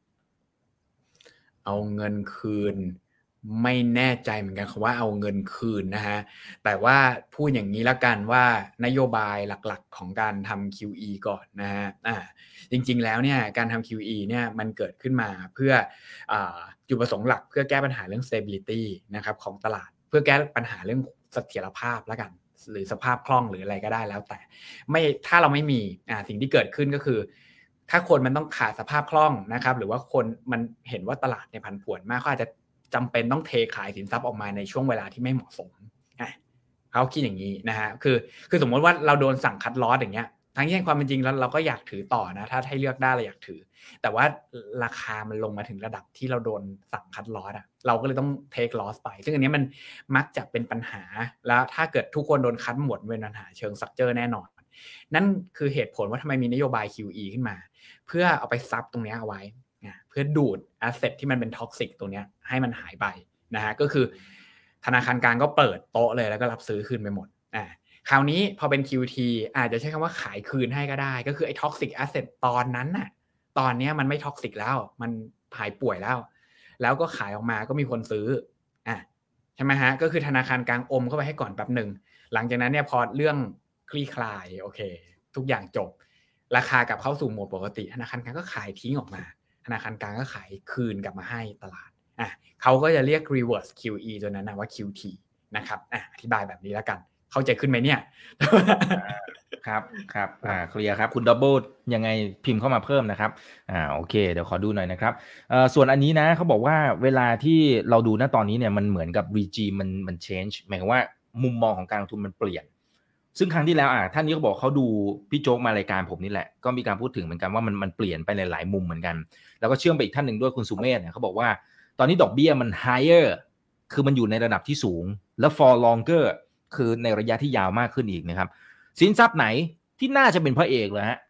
เอาเงินคืนไม่แน่ใจเหมือนกันคำว่าเอาเงินคืนนะฮะแต่ว่าพูดอย่างนี้ละกันว่านโยบายหลักๆของการทำ QE ก่อนนะฮะจริงๆแล้วเนี่ยการทำ QE เนี่ยมันเกิดขึ้นมาเพื่อจุดประสงค์หลักเพื่อแก้ปัญหาเรื่อง stability นะครับของตลาดเพื่อแก้ปัญหาเรื่องเสถียรภาพละกันหรือสภาพคล่องหรืออะไรก็ได้แล้วแต่ไม่ถ้าเราไม่มีสิ่งที่เกิดขึ้นก็คือถ้าคนมันต้องขาดสภาพคล่องนะครับหรือว่าคนมันเห็นว่าตลาดเนี่ยผันผวนมากเขาอาจจะจำเป็นต้องเทขายสินทรัพย์ออกมาในช่วงเวลาที่ไม่เหมาะสมเขาคิดอย่างนี้นะฮะคือสมมติว่าเราโดนสั่งคัดลอสอย่างเงี้ยทั้งที่ความเป็นจริงแล้วเราก็อยากถือต่อนะถ้าให้เลือกได้เราอยากถือแต่ว่าราคามันลงมาถึงระดับที่เราโดนสั่งคัดลอสเราก็เลยต้องเทคลอสไปซึ่งอันนี้มันมักจะเป็นปัญหาแล้วถ้าเกิดทุกคนโดนคัดหมดเป็นปัญหาเชิงสตรัคเจอร์แน่นอนนั่นคือเหตุผลว่าทำไมมีนโยบาย QE ขึ้นมาเพื่อเอาไปซับตรงนี้เอาไว้เพื่อดูดแอสเซทที่มันเป็นท็อกซิกตรงนี้ให้มันหายไปนะฮะก็คือธนาคารกลางก็เปิดโต๊ะเลยแล้วก็รับซื้อคืนไปหมดคราวนี้พอเป็น QT อาจจะใช้คำว่าขายคืนให้ก็ได้ก็คือไอ้ท็อกซิกแอสเซทตอนนั้นน่ะตอนนี้มันไม่ท็อกซิกแล้วมันหายป่วยแล้วก็ขายออกมาก็มีคนซื้อใช่ไหมฮะก็คือธนาคารกลางอมเข้าไปให้ก่อนแป๊บนึงหลังจากนั้นเนี่ยพอเรื่องคลี่คลายโอเคทุกอย่างจบราคากลับเข้าสู่โหมดปกติธนาคารกลางก็ขายทิ้งออกมาธนาคารกลางก็ขายคืนกลับมาให้ตลาดเขาก็จะเรียก reverse QE ตัวนั้นนะว่า QT นะครับอธิบายแบบนี้แล้วกันเข้าใจขึ้นไหมเนี่ยครับเคลียร์ครับคุณดับเบิลยังไงพิมพ์เข้ามาเพิ่มนะครับโอเคเดี๋ยวขอดูหน่อยนะครับส่วนอันนี้นะเขาบอกว่าเวลาที่เราดูณตอนนี้เนี่ยมันเหมือนกับ regime มัน change หมายความว่ามุมมองของการลงทุนมันเปลี่ยนซึ่งครั้งที่แล้วท่านนี้เขาบอกเขาดูพี่โจ๊กมารายการผมนี่แหละก็มีการพูดถึงเหมือนกันว่ามันเปลี่ยนไปในหลายมุมเหมือนกันแล้วก็เชื่อมไปอีกท่านหนึ่งด้วยคุณสุเมธเนี่ยเขาบอกว่าตอนนี้ดอกเบี้ยมัน higher คือมันอยู่ในระดับที่สูงแล้ว for longer คือในระยะที่ยาวมากขึ้นอีกนะครับสินทรัพย์ไหนที่น่าจะเป็นพระเอกเลยฮะ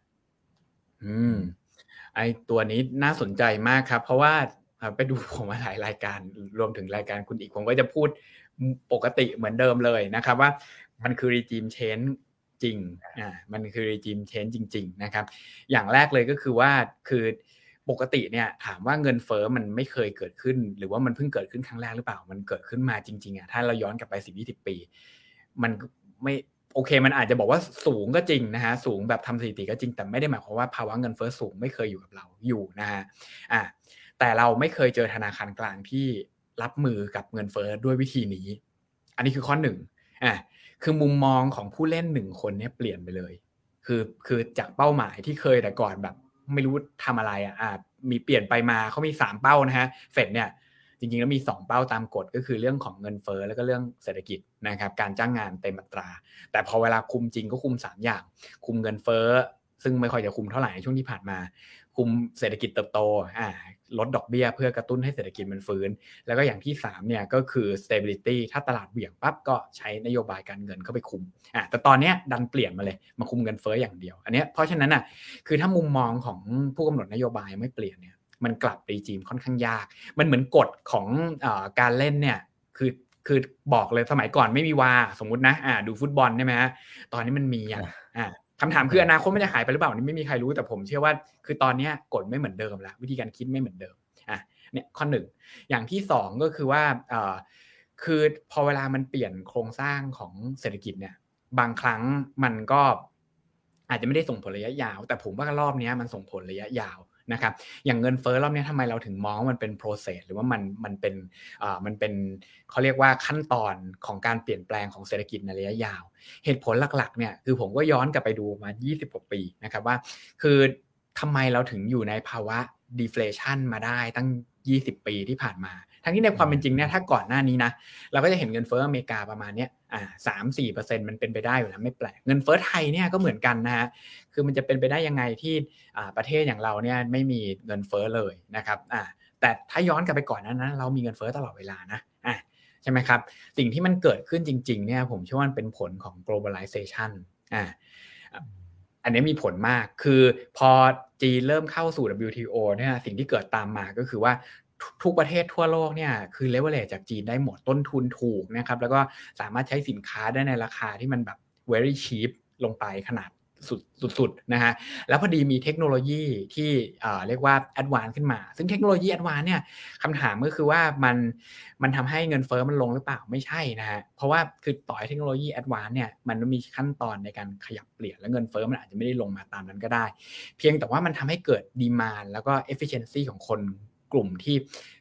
ไอตัวนี้น่าสนใจมากครับเพราะว่าไปดูผมมาหลายรายการรวมถึงรายการคุณอีกผมก็จะพูดปกติเหมือนเดิมเลยนะครับว่ามันคือ regime change จริงมันคือ regime change จริงๆนะครับอย่างแรกเลยก็คือว่าคือปกติเนี่ยถามว่าเงินเฟ้อมันไม่เคยเกิดขึ้นหรือว่ามันเพิ่งเกิดขึ้นครั้งแรกหรือเปล่ามันเกิดขึ้นมาจริงๆถ้าเราย้อนกลับไป 10-20 ปีมันไม่โอเคมันอาจจะบอกว่าสูงก็จริงนะฮะสูงแบบทำสถิติก็จริงแต่ไม่ได้หมายความว่าภาวะเงินเฟ้อสูงไม่เคยอยู่กับเราอยู่นะฮะแต่เราไม่เคยเจอธนาคารกลางที่รับมือกับเงินเฟ้อด้วยวิธีนี้อันนี้คือข้อหนึ่งคือมุมมองของผู้เล่น1คนเนี่ยเปลี่ยนไปเลยคือจากเป้าหมายที่เคยแต่ก่อนแบบไม่รู้ทำอะไรมีเปลี่ยนไปมาเขามี3เป้านะฮะเฟดเนี่ยจริงๆแล้วมี2เป้าตามกฎก็คือเรื่องของเงินเฟ้อแล้วก็เรื่องเศรษฐกิจนะครับการจ้างงานเต็มอัตราแต่พอเวลาคุมจริงก็คุม3อย่างคุมเงินเฟ้อซึ่งไม่ค่อยจะคุมเท่าไหร่ในช่วงที่ผ่านมาคุมเศรษฐกิจเติบโตลดดอกเบี้ยเพื่อกระตุ้นให้เศรษฐกิจมันฟื้นแล้วก็อย่างที่3เนี่ยก็คือ stability ถ้าตลาดเหวี่ยงปั๊บก็ใช้นโยบายการเงินเข้าไปคุมแต่ตอนนี้ดันเปลี่ยนมาเลยมาคุมเงินเฟ้ออย่างเดียวอันนี้เพราะฉะนั้นคือถ้ามุมมองของผู้กำหนดนโยบายไม่เปลี่ยนเนี่ยมันกลับรีจีมค่อนข้างยากมันเหมือนกฎของการเล่นเนี่ยคือบอกเลยสมัยก่อนไม่มีวาสมมุตินะดูฟุตบอลใช่ไหมฮะตอนนี้มันมีคำถามคืออนาคตมันจะหายไปหรือเปล่านี่ไม่มีใครรู้แต่ผมเชื่อว่าคือตอนนี้กฎไม่เหมือนเดิมแล้ววิธีการคิดไม่เหมือนเดิมเนี่ยข้อ1อย่างที่2ก็คือว่าคือพอเวลามันเปลี่ยนโครงสร้างของเศรษฐกิจเนี่ยบางครั้งมันก็อาจจะไม่ได้ส่งผลระยะยาวแต่ผมว่ารอบนี้มันส่งผลระยะยาวนะครับอย่างเงินเฟ้อรอบนี้ทำไมเราถึงมองมันเป็น process หรือว่ามันเป็นเขาเรียกว่าขั้นตอนของการเปลี่ยนแปลงของเศรษฐกิจในระยะยาวเหตุผลหลักๆเนี่ยคือผมก็ย้อนกลับไปดูมา20กว่าปีนะครับว่าคือทำไมเราถึงอยู่ในภาวะ deflation มาได้ตั้ง20ปีที่ผ่านมาทั้งที่ในความเป็นจริงเนี่ยถ้าก่อนหน้านี้นะเราก็จะเห็นเงินเฟ้ออเมริกาประมาณเนี้ย3-4% มันเป็นไปได้อยู่แล้วไม่แปลกเงินเฟ้อไทยเนี่ยก็เหมือนกันนะฮะคือมันจะเป็นไปได้ยังไงที่ประเทศอย่างเราเนี่ยไม่มีเงินเฟ้อเลยนะครับแต่ถ้าย้อนกลับไปก่อนนั้นเรามีเงินเฟ้อตลอดเวลานะใช่ไหมครับสิ่งที่มันเกิดขึ้นจริงๆเนี่ยผมเชื่อว่ามันเป็นผลของ globalization อันนี้มีผลมากคือพอจีนเริ่มเข้าสู่ WTO เนี่ยสิ่งที่เกิดตามมาก็คือว่าทุกประเทศทั่วโลกเนี่ยคือ leverage จากจีนได้หมดต้นทุนถูกนะครับแล้วก็สามารถใช้สินค้าได้ในราคาที่มันแบบ very cheap ลงไปขนาดสุดๆนะฮะแล้วพอดีมีเทคโนโลยีที่เรียกว่า advance ขึ้นมาซึ่งเทคโนโลยี advance เนี่ยคำถามก็คือว่ามันทำให้เงินเฟ้อมันลงหรือเปล่าไม่ใช่นะฮะเพราะว่าคือต่อให้เทคโนโลยี advance เนี่ยมันมีขั้นตอนในการขยับเปลี่ยนแล้วเงินเฟ้อมันอาจจะไม่ได้ลงมาตามนั้นก็ได้เพียงแต่ว่ามันทำให้เกิด demand แล้วก็ efficiency ของคนกลุ่มที่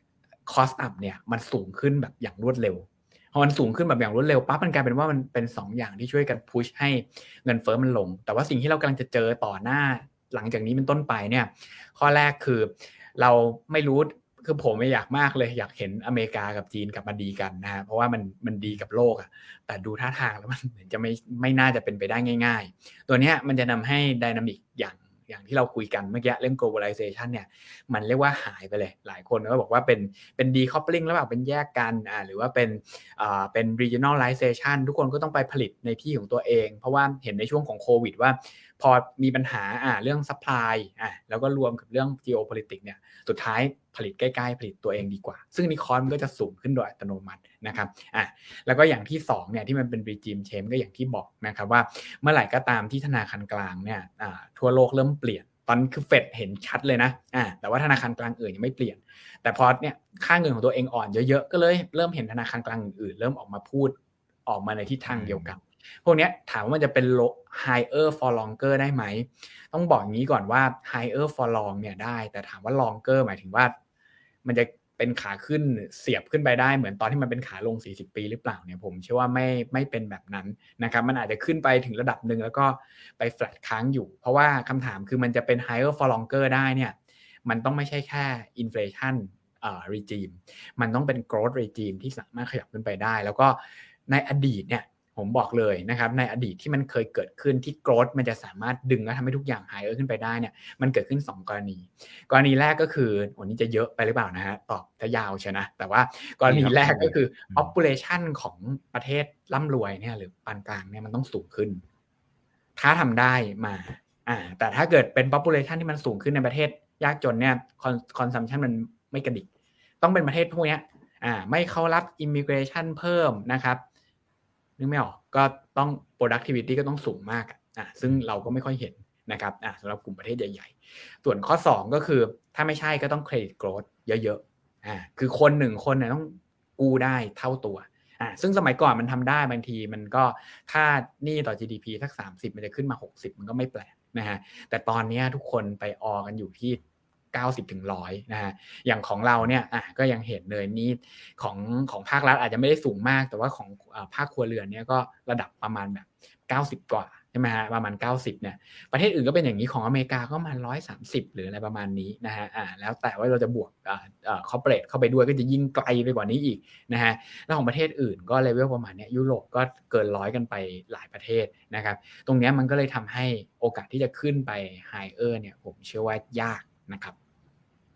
cost up เนี่ยมันสูงขึ้นแบบอย่างรวดเร็วพอมันสูงขึ้นแบบอย่างรวดเร็วปั๊บมันกลายเป็นว่ามันเป็น2อย่างที่ช่วยกันพุชให้เงินเฟ้อมันลงแต่ว่าสิ่งที่เรากำลังจะเจอต่อหน้าหลังจากนี้เป็นต้นไปเนี่ยข้อแรกคือเราไม่รู้คือผมไม่อยากมากเลยอยากเห็นอเมริกากับจีนกลับมาดีกันนะฮะเพราะว่ามันดีกับโลกแต่ดูท่าทางแล้วมันเหมือนจะไม่น่าจะเป็นไปได้ง่ายๆตัวเนี้ยมันจะนำให้ไดนามิกอย่างที่เราคุยกันเมื่อกี้เรื่อง globalization เนี่ยมันเรียกว่าหายไปเลยหลายคนก็บอกว่าเป็น decoupling แล้วแบบเป็นแยกกันหรือว่าเป็น regionalization ทุกคนก็ต้องไปผลิตในที่ของตัวเองเพราะว่าเห็นในช่วงของโควิดว่าพอมีปัญหาเรื่อง supply แล้วก็รวมกับเรื่อง geopolitics เนี่ยสุดท้ายผลิตใกล้ๆผลิตตัวเองดีกว่าซึ่งนี่คอสมันก็จะสูงขึ้นโดยอัตโนมัตินะครับแล้วก็อย่างที่2เนี่ยที่มันเป็น regime change ก็อย่างที่บอกนะครับว่าเมื่อไหร่ก็ตามที่ธนาคารกลางเนี่ยทั่วโลกเริ่มเปลี่ยนตอนคือเฟดเห็นชัดเลยนะแต่ว่าธนาคารกลางอื่นยังไม่เปลี่ยนแต่พอเนี่ยค่าเงินของตัวเองอ่อนเยอะๆก็เลยเริ่มเห็นธนาคารกลางอื่นๆเริ่มออกมาพูดออกมาในทิศทางเดียวกันพวกนี้ถามว่ามันจะเป็น higher for longer ได้ไหมต้องบอกอย่างนี้ก่อนว่า higher for long เนี่ยได้แต่ถามว่า longer หมายถึงว่ามันจะเป็นขาขึ้นเสียบขึ้นไปได้เหมือนตอนที่มันเป็นขาลง40ปีหรือเปล่าเนี่ยผมเชื่อว่าไม่เป็นแบบนั้นนะครับมันอาจจะขึ้นไปถึงระดับนึงแล้วก็ไป flat ค้างอยู่เพราะว่าคำถามคือมันจะเป็น higher for longer ได้เนี่ยมันต้องไม่ใช่แค่ inflation regime มันต้องเป็น growth regime ที่สามารถขยับขึ้นไปได้แล้วก็ในอดีตเนี่ยผมบอกเลยนะครับในอดีตที่มันเคยเกิดขึ้นที่ growth มันจะสามารถดึงและทำให้ทุกอย่าง higher ขึ้นไปได้เนี่ยมันเกิดขึ้น2กรณีแรกก็คือวันนี้จะเยอะไปหรือเปล่านะฮะตอบจะยาวใช่นะแต่ว่ากรณีแรกก็คือ population ของประเทศร่ำรวยเนี่ยหรือปานกลางเนี่ยมันต้องสูงขึ้นถ้าทำได้มาแต่ถ้าเกิดเป็น population ที่มันสูงขึ้นในประเทศยากจนเนี่ย consumption มันไม่กระดิกต้องเป็นประเทศพวกนี้ไม่เข้ารับ immigration เพิ่มนะครับนึกไม่ออกก็ต้อง productivity ก็ต้องสูงมากซึ่งเราก็ไม่ค่อยเห็นนะครับสำหรับกลุ่มประเทศใหญ่ๆส่วนข้อ2ก็คือถ้าไม่ใช่ก็ต้อง credit growth เยอะๆคือคน1คนเนี่ยต้องกู้ได้เท่าตัวซึ่งสมัยก่อนมันทำได้บางทีมันก็ถ้าหนี้ต่อ GDP สัก30มันจะขึ้นมา60มันก็ไม่แปลกนะฮะแต่ตอนนี้ทุกคนไปออกันอยู่ที่90ถึง100นะฮะอย่างของเราเนี่ยก็ยังเห็นเลยนี่ของภาครัฐอาจจะไม่ได้สูงมากแต่ว่าของภาคครัวเรือนเนี่ยก็ระดับประมาณแบบ90กว่าใช่ไหมฮะประมาณ90เนี่ยประเทศอื่นก็เป็นอย่างนี้ของอเมริกาก็ประมาณ130หรืออะไรประมาณนี้นะฮะแล้วแต่ว่าเราจะบวกcorporate เข้าไปด้วยก็จะยิ่งไกลไปกว่านี้อีกนะฮะแล้วของประเทศอื่นก็เลเวลประมาณนี้ยุโรปก็เกิน100กันไปหลายประเทศนะครับตรงนี้มันก็เลยทำให้โอกาสที่จะขึ้นไป higher เนี่ยผมเชื่อว่ายากนะครับ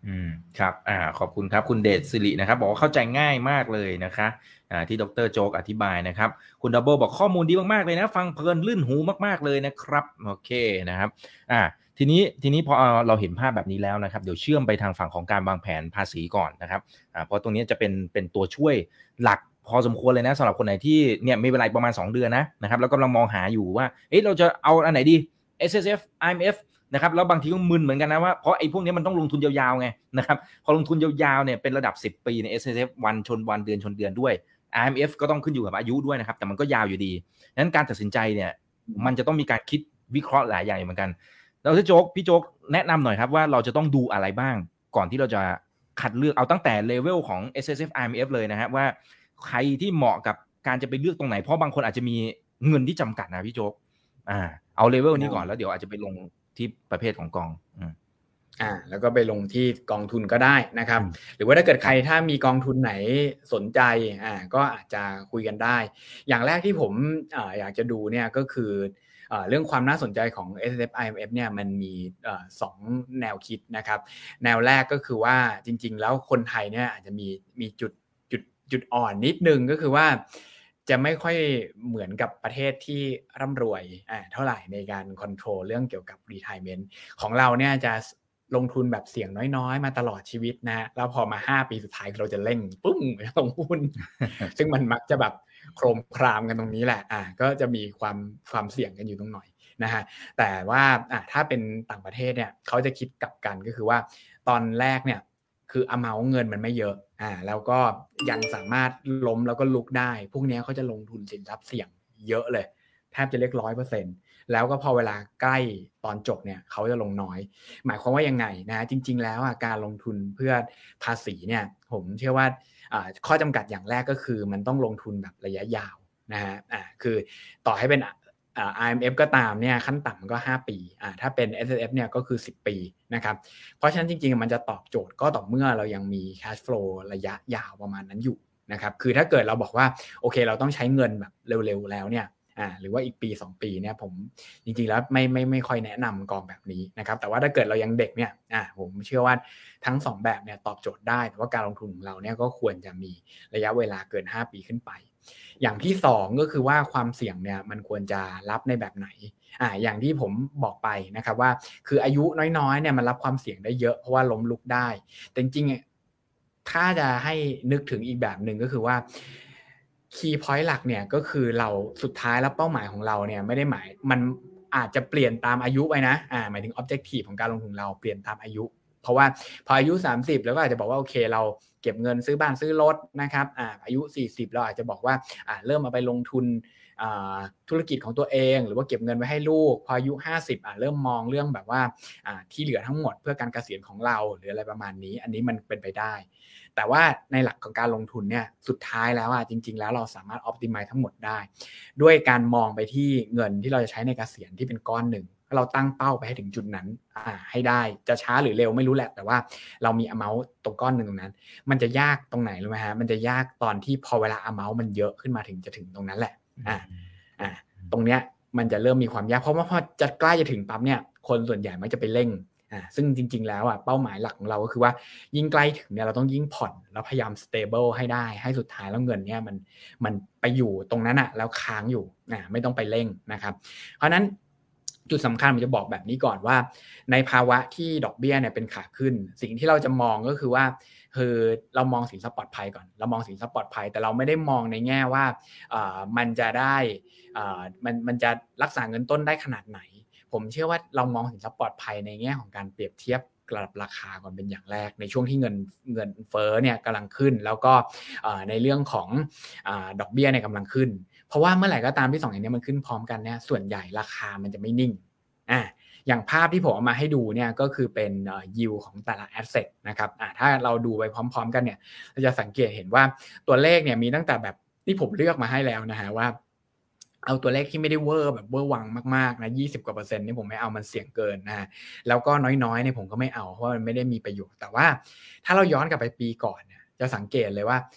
ครับขอบคุณครับคุณเดชสิรินะครับบอกว่าเข้าใจง่ายมากเลยนะคะที่ดรโจ๊กอธิบายนะครับคุณดับเบิลบอกข้อมูลดีมากๆเลยนะฟังเพลินลื่นหูมากๆเลยนะครับโอเคนะครับทีนี้พอเราเห็นภาพแบบนี้แล้วนะครับเดี๋ยวเชื่อมไปทางฝั่งของการวางแผนภาษีก่อนนะครับเพราะตรงนี้จะเป็นตัวช่วยหลักพอสมควรเลยนะสำหรับคนไหนที่เนี่ยมีเวลาประมาณ2 เดือนนะครับแล้วกำลังมองหาอยู่ว่าเราจะเอาอันไหนดี SSF IMF นะครับแล้วบางทีก็มึนเหมือนกันนะว่าเพราะไอ้พวกนี้มันต้องลงทุนยาวๆไงนะครับพอลงทุนยาวๆเนี่ยเป็นระดับ10 ปีใน SSF วันชนวันเดือนชนเดือนด้วย IMF ก็ต้องขึ้นอยู่กับอายุด้วยนะครับแต่มันก็ยาวอยู่ดีนั้นการตัดสินใจเนี่ยมันจะต้องมีการคิดวิเคราะห์หลายอย่างเหมือนกันแล้วพี่โจ๊กแนะนำหน่อยครับว่าเราจะต้องดูอะไรบ้างก่อนที่เราจะคัดเลือกเอาตั้งแต่เลเวลของ SSF IMF เลยนะครับว่าใครที่เหมาะกับการจะไปเลือกตรงไหนเพราะบางคนอาจจะมีเงินที่จำกัดนะพี่โจ๊กเอาเลเวลนี้ก่อนแล้วเดี๋ยวอาจจะไปลงที่ประเภทของกองแล้วก็ไปลงที่กองทุนก็ได้นะครับหรือว่าถ้าเกิดใครถ้ามีกองทุนไหนสนใจก็อาจจะคุยกันได้อย่างแรกที่ผมอยากจะดูเนี่ยก็คือเรื่องความน่าสนใจของ S&P IMF เนี่ยมันมี2แนวคิดนะครับแนวแรกก็คือว่าจริงๆแล้วคนไทยเนี่ยอาจจะมีจุดอ่อนนิดนึงก็คือว่าจะไม่ค่อยเหมือนกับประเทศที่ร่ำรวยเท่าไหร่ในการคอนโทรลเรื่องเกี่ยวกับ retirement ของเราเนี่ยจะลงทุนแบบเสี่ยงน้อยๆมาตลอดชีวิตนะฮะแล้วพอมา5 ปีสุดท้ายเราจะเร่งปุ้งลงหุ้น ซึ่งมันมักจะแบบโครมครามกันตรงนี้แหละก็จะมีความเสี่ยงกันอยู่ตรงหน่อยนะฮะแต่ว่าถ้าเป็นต่างประเทศเนี่ยเขาจะคิดกลับกันก็คือว่าตอนแรกเนี่ยคือamountเงินมันไม่เยอะแล้วก็ยังสามารถล้มแล้วก็ลุกได้พวกนี้เขาจะลงทุนสินทรัพย์เสี่ยงเยอะเลยแทบจะเรียก 100%แล้วก็พอเวลาใกล้ตอนจบเนี่ยเขาจะลงน้อยหมายความว่ายังไงนะจริงๆแล้วการลงทุนเพื่อภาษีเนี่ยผมเชื่อว่าข้อจำกัดอย่างแรกก็คือมันต้องลงทุนแบบระยะยาวนะฮะคือต่อให้เป็นIMF ก็ตามเนี่ยขั้นต่ำก็5 ปีถ้าเป็น S&P เนี่ยก็คือ10 ปีนะครับเพราะฉะนั้นจริงๆมันจะตอบโจทย์ก็ต่อเมื่อเรายังมี cash flow ระยะยาวประมาณนั้นอยู่นะครับคือถ้าเกิดเราบอกว่าโอเคเราต้องใช้เงินแบบเร็วๆแล้วเนี่ยหรือว่าอีกปี2 ปีเนี่ยผมจริงๆแล้วไม่ค่อยแนะนำกองแบบนี้นะครับแต่ว่าถ้าเกิดเรายังเด็กเนี่ยผมเชื่อว่าทั้ง2แบบเนี่ยตอบโจทย์ได้แต่ว่าการลงทุนของเราเนี่ยก็ควรจะมีระยะเวลาเกิน5 ปีขึ้นไปอย่างที่2ก็คือว่าความเสี่ยงเนี่ยมันควรจะรับในแบบไหนอย่างที่ผมบอกไปนะครับว่าคืออายุน้อยๆเนี่ยมันรับความเสี่ยงได้เยอะเพราะว่าล้มลุกได้แต่จริงๆถ้าจะให้นึกถึงอีกแบบนึงก็คือว่าคีย์พอยต์หลักเนี่ยก็คือเราสุดท้ายแล้วเป้าหมายของเราเนี่ยไม่ได้หมายมันอาจจะเปลี่ยนตามอายุไปนะหมายถึง objective ของการลงทุนเราเปลี่ยนตามอายุเพราะว่าพออายุ30แล้วก็อาจจะบอกว่าโอเคเราเก็บเงินซื้อบ้านซื้อรถนะครับอายุ40เราอาจจะบอกว่าเริ่มเอาไปลงทุนธุรกิจของตัวเองหรือว่าเก็บเงินไว้ให้ลูกพออายุ50เริ่มมองเรื่องแบบว่าที่เหลือทั้งหมดเพื่อการเกษียณของเราหรืออะไรประมาณนี้อันนี้มันเป็นไปได้แต่ว่าในหลักของการลงทุนเนี่ยสุดท้ายแล้วจริงๆแล้วเราสามารถ optimize ทั้งหมดได้ด้วยการมองไปที่เงินที่เราจะใช้ในเกษียณที่เป็นก้อนหนึ่งเราตั้งเป้าไปให้ถึงจุดนั้นให้ได้จะช้าหรือเร็วไม่รู้แหละแต่ว่าเรามี amount ตรงก้อนหนึ่งตรงนั้นมันจะยากตรงไหนรู้ไหมฮะมันจะยากตอนที่พอเวลา amount มันเยอะขึ้นมาถึงจะถึงตรงนั้นแหละตรงเนี้ยมันจะเริ่มมีความยากเพราะว่าพอจะใกล้จะถึงปั๊บเนี่ยคนส่วนใหญ่มันจะไปเร่งซึ่งจริงๆแล้วเป้าหมายหลักของเราก็คือว่ายิ่งใกล้ถึงเนี่ยเราต้องยิ่งผ่อนแล้วพยายาม stable ให้ได้ให้สุดท้ายแล้วเงินเนี่ยมันไปอยู่ตรงนั้นแล้วค้างอยู่ไม่ต้องไปเร่งนะครับเพราะนั้นจุดสำคัญผมจะบอกแบบนี้ก่อนว่าในภาวะที่ดอกเบี้ยเนี่ยเป็นขาขึ้นสิ่งที่เราจะมองก็คือว่าคือเรามองสินทรัพย์ปลอดภัยก่อนเรามองสินทรัพย์ปลอดภัยแต่เราไม่ได้มองในแง่ว่ามันจะได้มันจะรักษาเงินต้นได้ขนาดไหนผมเชื่อว่าเรามองสินทรัพย์ปลอดภัยในแง่ของการเปรียบเทียบกับราคาก่อนเป็นอย่างแรกในช่วงที่เงินเฟ้อเนี่ยกำลังขึ้นแล้วก็ในเรื่องของดอกเบี้ยเนี่ยกำลังขึ้นเพราะว่าเมื่อไหร่ก็ตามที่2อย่างนี้มันขึ้นพร้อมกันเนี่ยส่วนใหญ่ราคามันจะไม่นิ่งอย่างภาพที่ผมเอามาให้ดูเนี่ยก็คือเป็นyield ของแต่ละ asset นะครับถ้าเราดูไปพร้อมๆกันเนี่ยเราจะสังเกตเห็นว่าตัวเลขเนี่ยมีตั้งแต่แบบที่ผมเลือกมาให้แล้วนะฮะว่าเอาตัวเลขที่ไม่ได้เวอร์แบบเวอร์วังมากๆนะ20%กว่านี่ผมไม่เอามันเสี่ยงเกินนะแล้วก็น้อยๆเนี่ยผมก็ไม่เอาเพราะมันไม่ได้มีประโยชน์แต่ว่าถ้าเราย้อนกลับไปปีก่อนเนี่ยจะสังเกตเลยว่า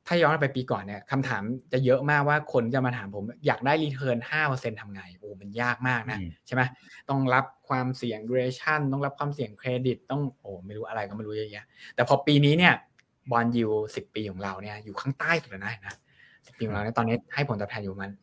ถ้าย้อนไปปีก่อนเนี่ยคำถามจะเยอะมากว่าคนจะมาถามผมอยากได้รีเทิร์น 5% ทำไงโอ้มันยากมากนะใช่ไหมต้องรับความเสี่ยง duration ต้องรับความเสี่ยงเครดิตต้องไม่รู้อะไรก็ไม่รู้เยอะแยะแต่พอปีนี้เนี่ยบอนด์ยิลด์10 ปีของเราเนี่ยอยู่ข้างใต้สุดนะ10 ปีของเราเนี่ยตอนนี้ให้ผลตอบแทนอยู่ประมาณ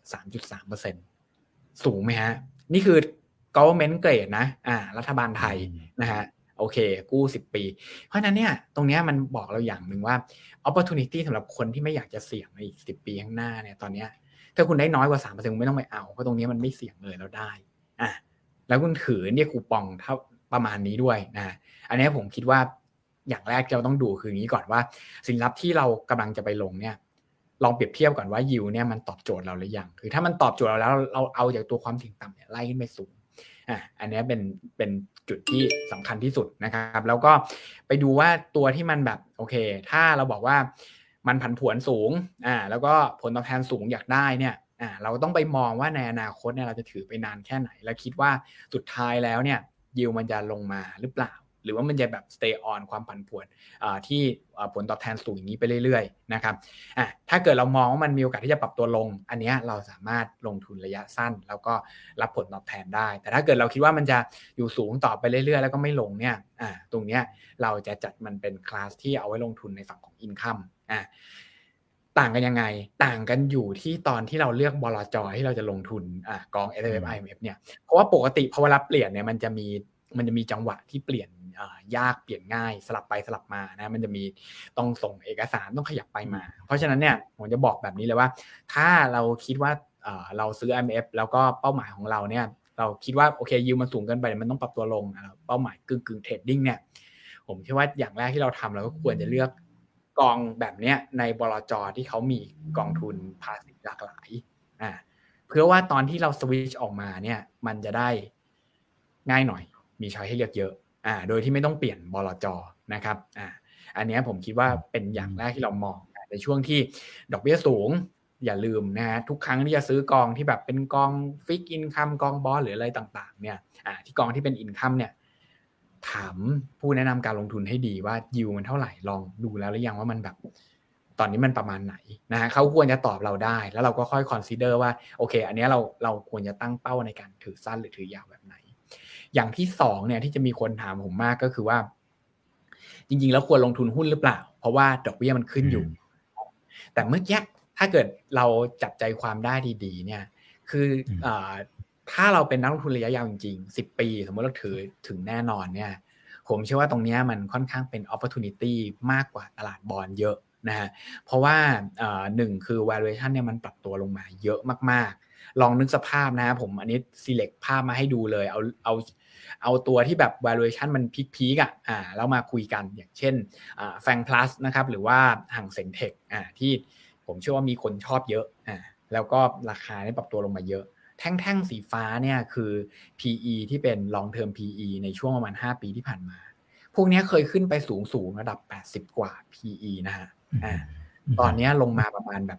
3.3% สูงไหมฮะนี่คือ government grade นะรัฐบาลไทยนะฮะโอเคกู้10 ปีเพราะฉะนั้นเนี่ยตรงนี้มันบอกเราอย่างหนึ่งว่า opportunity สำหรับคนที่ไม่อยากจะเสี่ยงในอีก10 ปีข้างหน้าเนี่ยตอนนี้ถ้าคุณได้น้อยกว่า 3% คุณไม่ต้องไปเอาเพราะตรงนี้มันไม่เสี่ยงเลยแล้วได้แล้วคุณถือเนี่ยคูปองเท่าประมาณนี้ด้วยนะอันนี้ผมคิดว่าอย่างแรกเราต้องดูคืออย่างนี้ก่อนว่าสินทรัพย์ที่เรากำลังจะไปลงเนี่ยลองเปรียบเทียบก่อนว่ายิวเนี่ยมันตอบโจทย์เราหรือยังคือถ้ามันตอบโจทย์เราแล้วเราเอาจากตัวความเสี่ยงต่ำเนี่ยไล่ขึ้นไปสูงอันนี้เป็นจุดที่สำคัญที่สุดนะครับแล้วก็ไปดูว่าตัวที่มันแบบโอเคถ้าเราบอกว่ามันผันผวนสูงแล้วก็ผลตอบแทนสูงอยากได้เนี่ยเราต้องไปมองว่าในอนาคตเนี่ยเราจะถือไปนานแค่ไหนและคิดว่าสุดท้ายแล้วเนี่ยยิวมันจะลงมาหรือเปล่าหรือว่ามันจะแบบ stay on ความผันผวนที่ผลตอบแทนสูงอย่างนี้ไปเรื่อยๆนะครับถ้าเกิดเรามองว่ามันมีโอกาสที่จะปรับตัวลงอันนี้เราสามารถลงทุนระยะสั้นแล้วก็รับผลตอบแทนได้แต่ถ้าเกิดเราคิดว่ามันจะอยู่สูงต่อไปเรื่อยๆแล้วก็ไม่ลงเนี่ยตรงเนี้ยเราจะจัดมันเป็นคลาสที่เอาไว้ลงทุนในฝั่งของ income ต่างกันยังไงต่างกันอยู่ที่ตอนที่เราเลือกบลจ.ที่เราจะลงทุนกอง S&P IMF เนี่ยเพราะว่าปกติพอเวลาเปลี่ยนเนี่ยมันจะมีจังหวะที่เปลี่ยนยากเปลี่ยนง่ายสลับไปสลับมานะมันจะมีต้องส่งเอกสารต้องขยับไปมาเพราะฉะนั้นเนี่ยผมจะบอกแบบนี้เลยว่าถ้าเราคิดว่าเราซื้อ IMF แล้วก็เป้าหมายของเราเนี่ยเราคิดว่าโอเคยิวมันสูงเกินไปมันต้องปรับตัวลงเป้าหมายกึ่งเทรดดิ้งเนี่ยผมคิดว่าอย่างแรกที่เราทำเราก็ควรจะเลือกกองแบบเนี้ยในบลจ.ที่เขามีกองทุนภาษีหลากหลายเพื่อว่าตอนที่เราสวิตช์ออกมาเนี่ยมันจะได้ง่ายหน่อยมีช้อยให้เลือกเยอะโดยที่ไม่ต้องเปลี่ยนบลจ.นะครับอันนี้ผมคิดว่าเป็นอย่างแรกที่เรามองในช่วงที่ดอกเบี้ยสูงอย่าลืมนะฮะทุกครั้งที่จะซื้อกองที่แบบเป็นกองฟิกอินคัมกองบอนด์หรืออะไรต่างๆเนี่ยที่กองที่เป็นอินคัมเนี่ยถามผู้แนะนำการลงทุนให้ดีว่ายิวมันเท่าไหร่ลองดูแล้วหรือยังว่ามันแบบตอนนี้มันประมาณไหนนะฮะเขาควรจะตอบเราได้แล้วเราก็ค่อยคอนซิเดอร์ว่าโอเคอันนี้เราควรจะตั้งเป้าในการถือสั้นหรือถือยาวแบบไหนอย่างที่2เนี่ยที่จะมีคนถามผมมากก็คือว่าจริงๆแล้วควรลงทุนหุ้นหรือเปล่าเพราะว่าดอกเบี้ยมันขึ้นอยู่แต่เมื่อกี้ถ้าเกิดเราจับใจความได้ดีๆเนี่ยคือถ้าเราเป็นนักลงทุนระยะยาวจริงๆ10 ปีสมมติเราถือถึงแน่นอนเนี่ยผมเชื่อว่าตรงนี้มันค่อนข้างเป็น opportunity มากกว่าตลาดบอนด์เยอะนะฮะเพราะว่า1คือ valuation เนี่ยมันปรับตัวลงมาเยอะมากๆลองนึกสภาพนะผมอันนี้ select ภาพมาให้ดูเลยเอาตัวที่แบบ valuation มันพีคแล้วมาคุยกันอย่างเช่นFANG Plus นะครับหรือว่าหังเส็งเทคที่ผมเชื่อว่ามีคนชอบเยอะแล้วก็ราคาได้ปรับตัวลงมาเยอะแท่งๆสีฟ้าเนี่ยคือ PE ที่เป็น long term PE ในช่วงประมาณ5 ปีที่ผ่านมาพวกนี้เคยขึ้นไปสูงระดับ80กว่า PE นะฮะตอนนี้ลงมาประมาณแบบ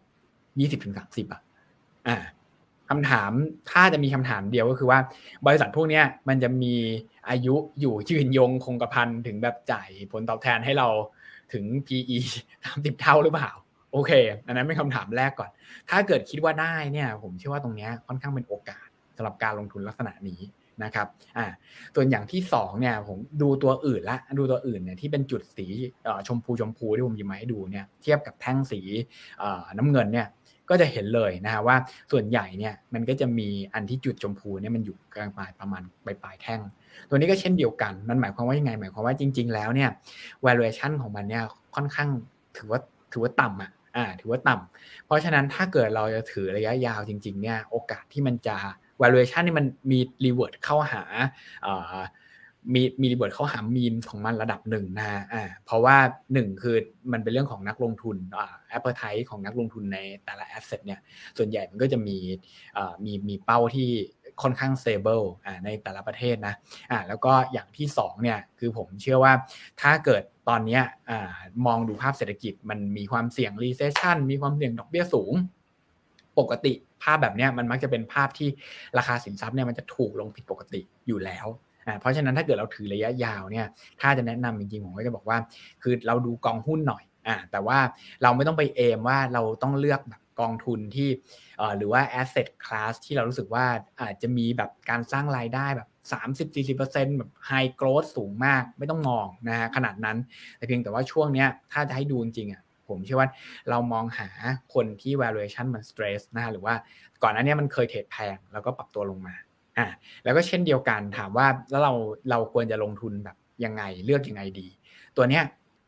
20-30คำถามถ้าจะมีคำถามเดียวก็คือว่าบริษัทพวกนี้มันจะมีอายุอยู่ยืนยงคงกระพันถึงแบบจ่ายผลตอบแทนให้เราถึง PE 30 เท่าหรือเปล่าโอเคอันนั้นเป็นคำถามแรกก่อนถ้าเกิดคิดว่าได้เนี่ยผมเชื่อว่าตรงนี้ค่อนข้างเป็นโอกาสสำหรับการลงทุนลักษณะนี้นะครับตัวอย่างที่2เนี่ยผมดูตัวอื่นละดูตัวอื่นเนี่ยที่เป็นจุดสีชมพูที่ผมหยิบมาให้ดูเนี่ยเทียบกับแท่งสีน้ำเงินเนี่ยก็จะเห็นเลยนะฮะว่าส่วนใหญ่เนี่ยมันก็จะมีอันที่จุดชมพูเนี่ยมันอยู่กลางปลายประมาณปลายแท่งตัวนี้ก็เช่นเดียวกันมันหมายความว่ายังไงหมายความว่าจริงๆแล้วเนี่ย valuation ของมันเนี่ยค่อนข้างถือว่าต่ำถือว่าต่ำเพราะฉะนั้นถ้าเกิดเราจะถือระยะยาวจริงๆเนี่ยโอกาสที่มันจะ valuation นี่มันมี revert เข้าหามี revert เข้าหา mean ของมันระดับหนึ่งนะเพราะว่า1คือมันเป็นเรื่องของนักลงทุนappetite ของนักลงทุนในแต่ละ asset เนี่ยส่วนใหญ่มันก็จะมีเป้าที่ค่อนข้าง stable ในแต่ละประเทศนะแล้วก็อย่างที่2เนี่ยคือผมเชื่อว่าถ้าเกิดตอนนี้มองดูภาพเศรษฐกิจมันมีความเสี่ยง recession มีความเสี่ยงดอกเบี้ยสูงปกติภาพแบบนี้มันมักจะเป็นภาพที่ราคาสินทรัพย์เนี่ยมันจะถูกลงผิดปกติอยู่แล้วเพราะฉะนั้นถ้าเกิดเราถือระยะยาวเนี่ยถ้าจะแนะนำจริงๆผมก็จะบอกว่าคือเราดูกองหุ้นหน่อยแต่ว่าเราไม่ต้องไปเอมว่าเราต้องเลือกแบบกองทุนที่หรือว่า asset class ที่เรารู้สึกว่าอาจจะมีแบบการสร้างรายได้แบบ 30-40% แบบ high growth สูงมากไม่ต้องมองนะฮะขนาดนั้นแต่เพียงแต่ว่าช่วงเนี้ยถ้าจะให้ดูจริงๆผมเชื่อว่าเรามองหาคนที่ valuation มัน stress นะฮะหรือว่าก่อนหน้านี้มันเคยเทรดแพงแล้วก็ปรับตัวลงมาแล้วก็เช่นเดียวกันถามว่าแล้วเราควรจะลงทุนแบบยังไงเลือกยังไงดีตัวเนี้ย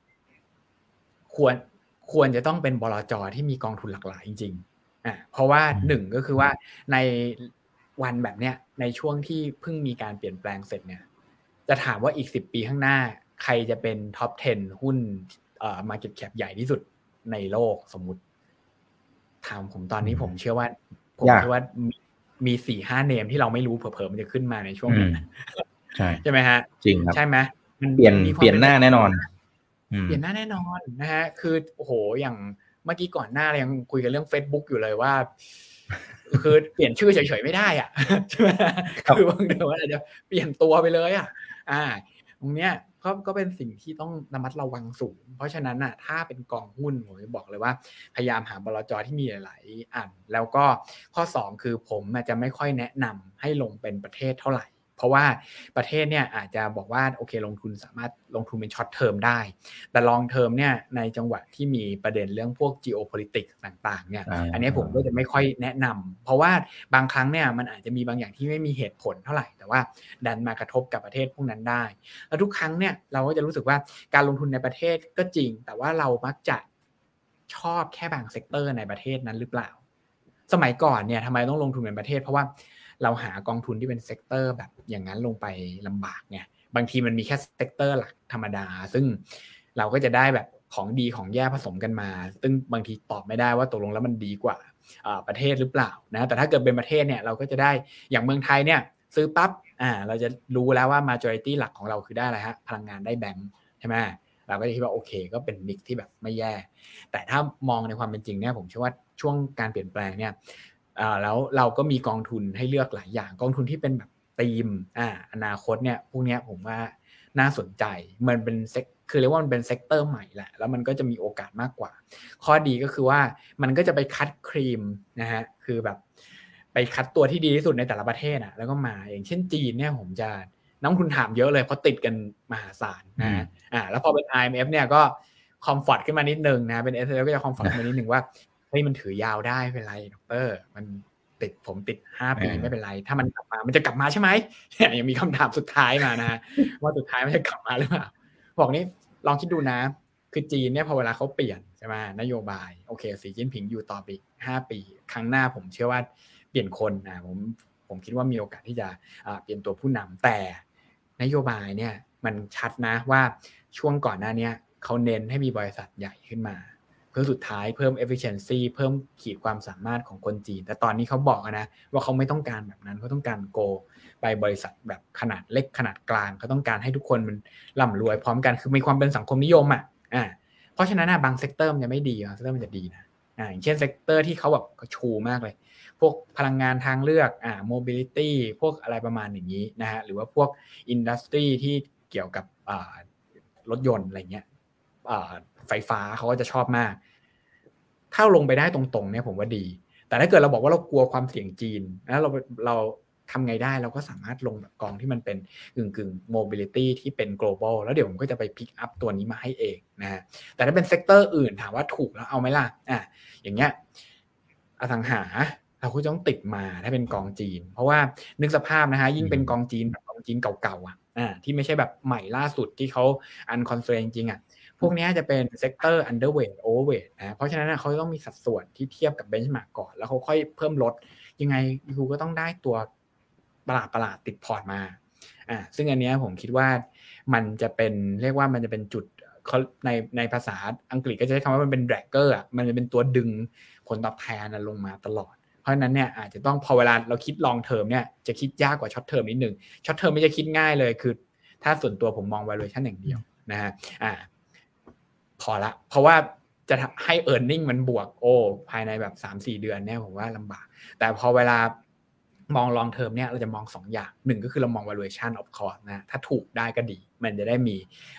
ควรจะต้องเป็นบลจ.ที่มีกองทุนหลากหลายจริงๆเพราะว่าหนึ่งก็คือว่าในวันแบบเนี้ยในช่วงที่เพิ่งมีการเปลี่ยนแปลงเสร็จเนี่ยจะถามว่าอีก10 ปีข้างหน้าใครจะเป็นท็อป 10 หุ้นmarket cap ใหญ่ที่สุดในโลกสมมุติถามผมตอนนี้ผมเชื่อว่ามี 4-5 เนมที่เราไม่รู้เผลอๆมันจะขึ้นมาในช่วงนี้ใช่ไหมฮะจริงครับใช่ไหมเปลี่ยนหน้าแน่นอนเปลี่ยนหน้าแน่นอนนะฮะคือโอ้โหอย่างเมื่อกี้ก่อนหน้าเรายังคุยกันเรื่อง Facebook อยู่เลยว่าคือเปลี่ยนชื่อเฉยๆไม่ได้อ่ะใช่ไหมคือบางเดี๋ยวอาจจะเปลี่ยนตัวไปเลยตรงเนี้ยก็เป็นสิ่งที่ต้องระมัดระวังสูงเพราะฉะนั้นน่ะถ้าเป็นกองหุ้นผมจะบอกเลยว่าพยายามหาบลจ.ที่มีหลายๆอันแล้วก็ข้อ2คือผมจะไม่ค่อยแนะนำให้ลงเป็นประเทศเท่าไหร่เพราะว่าประเทศเนี่ยอาจจะบอกว่าโอเคลงทุนสามารถลงทุนเป็นช็อตเทอมได้แต่ลองเทอมเนี่ยในจังหวะที่มีประเด็นเรื่องพวก geopolitics ต่างๆเนี่ยอันนี้ผมก็จะไม่ค่อยแนะนำเพราะว่าบางครั้งเนี่ยมันอาจจะมีบางอย่างที่ไม่มีเหตุผลเท่าไหร่แต่ว่าดันมากระทบกับประเทศพวกนั้นได้แล้วทุกครั้งเนี่ยเราก็จะรู้สึกว่าการลงทุนในประเทศก็จริงแต่ว่าเรามักจะชอบแค่บางเซกเตอร์ในประเทศนั้นหรือเปล่าสมัยก่อนเนี่ยทำไมต้องลงทุนในประเทศเพราะว่าเราหากองทุนที่เป็นเซกเตอร์แบบอย่างนั้นลงไปลำบากไงบางทีมันมีแค่เซกเตอร์หลักธรรมดาซึ่งเราก็จะได้แบบของดีของแย่ผสมกันมาซึ่งบางทีตอบไม่ได้ว่าตกลงแล้วมันดีกว่าประเทศหรือเปล่านะแต่ถ้าเกิดเป็นประเทศเนี่ยเราก็จะได้อย่างเมืองไทยเนี่ยซื้อปั๊บเราจะรู้แล้วว่า majority หลักของเราคือได้อะไรฮะพลังงานได้แบงค์ใช่ไหมเราก็จะคิดว่าโอเคก็เป็นมิกที่แบบไม่แย่แต่ถ้ามองในความเป็นจริงเนี่ยผมเชื่อว่าช่วงการเปลี่ยนแปลงเนี่ยแล้วเราก็มีกองทุนให้เลือกหลายอย่างกองทุนที่เป็นแบบธีมอนาคตเนี่ยพวกนี้ผมว่าน่าสนใจมันเป็นคือเรียกว่ามันเป็นเซกเตอร์ใหม่แหละแล้วมันก็จะมีโอกาสมากกว่าข้อดีก็คือว่ามันก็จะไปคัดครีมนะฮะคือแบบไปคัดตัวที่ดีที่สุดในแต่ละประเทศแล้วก็มาอย่างเช่นจีนเนี่ยผมจะนักลงทุนถามเยอะเลยเพราะติดกันมหาศาลนะแล้วพอเป็น IMF เนี่ยก็คอมฟอร์ตขึ้นมานิดนึงนะเป็น SL ก็จะคอมฟอร์ตขึ้นมานิดนึงว่าเฮ้ยมันถือยาวได้ไม่เป็นไรดร.มันผมติด5 ปีไม่เป็นไรถ้ามันกลับมามันจะกลับมาใช่ไหมยังมีคำถามสุดท้ายมานะว่าสุดท้ายมันจะกลับมาหรือเปล่าบอกนี้ลองคิดดูนะคือจีนเนี่ยพอเวลาเขาเปลี่ยนใช่ไหมนโยบายโอเคสีจิ้นผิงอยู่ต่อไป5 ปีครั้งหน้าผมเชื่อว่าเปลี่ยนคนผมคิดว่ามีโอกาสที่จะเปลี่ยนตัวผู้นำแต่นโยบายเนี่ยมันชัดนะว่าช่วงก่อนหน้านี้เขาเน้นให้มีบริษัทใหญ่ขึ้นมาเพื่อสุดท้ายเพิ่ม efficiency เพิ่มขีดความสามารถของคนจีนแต่ตอนนี้เขาบอกนะว่าเขาไม่ต้องการแบบนั้นเขาต้องการโกไปบริษัทแบบขนาดเล็กขนาดกลางเขาต้องการให้ทุกคนมันร่ำรวยพร้อมกันคือมีความเป็นสังคมนิยมเพราะฉะนั้นบางเซกเตอร์มันจะไม่ดีบางเซกเตอร์มันจะดีนะอย่างเช่นเซกเตอร์ที่เขาแบบชูมากเลยพวกพลังงานทางเลือกmobility พวกอะไรประมาณอย่างนี้นะฮะหรือว่าพวก industry ที่เกี่ยวกับรถยนต์อะไรเงี้ยไฟฟ้าเขาก็จะชอบมากถ้าลงไปได้ตรงๆเนี่ยผมว่าดีแต่ถ้าเกิดเราบอกว่าเรากลัวความเสี่ยงจีนแล้วเราทำไงได้เราก็สามารถลงแบบกองที่มันเป็นกึ่ง mobility ที่เป็น global แล้วเดี๋ยวผมก็จะไป pick up ตัวนี้มาให้เองนะฮะแต่ถ้าเป็นเซกเตอร์อื่นถามว่าถูกแล้วเอาไหมล่ะอย่างเงี้ยอสังหาเราก็ต้องติดมาถ้าเป็นกองจีนเพราะว่านึกสภาพนะฮะยิ่งเป็นกองจีนแบบกองจีนเก่าๆที่ไม่ใช่แบบใหม่ล่าสุดที่เขาunconstrained จริงพวกนี้จะเป็นเซกเตอร์ underweight overweight นะเพราะฉะนั้นเขาต้องมีสัดส่วนที่เทียบกับ benchmark ก่อนแล้วเขาค่อยเพิ่มลดยังไงยูก็ต้องได้ตัวประหลาดติดพอร์ตมาซึ่งอันนี้ผมคิดว่ามันจะเป็นเรียกว่ามันจะเป็นจุดในภาษาอังกฤษก็จะใช้คำว่ามันเป็น dragger มันจะเป็นตัวดึงผลตอบแทนลงมาตลอดเพราะฉะนั้นเนี่ยอาจจะต้องพอเวลาเราคิด long term เนี่ยจะคิดยากกว่า short term นิดนึง short term ไม่จะคิดง่ายเลยคือถ้าส่วนตัวผมมอง valuation อย่างเดียวนะฮะพอละเพราะว่าจะให้ earning มันบวกภายในแบบ 3-4 เดือนเนี่ยผมว่าลำบากแต่พอเวลามอง long term เนี่ยเราจะมอง2อย่าง1ก็คือเรามอง valuation of course นะถ้าถูกได้ก็ดีมันจะได้มี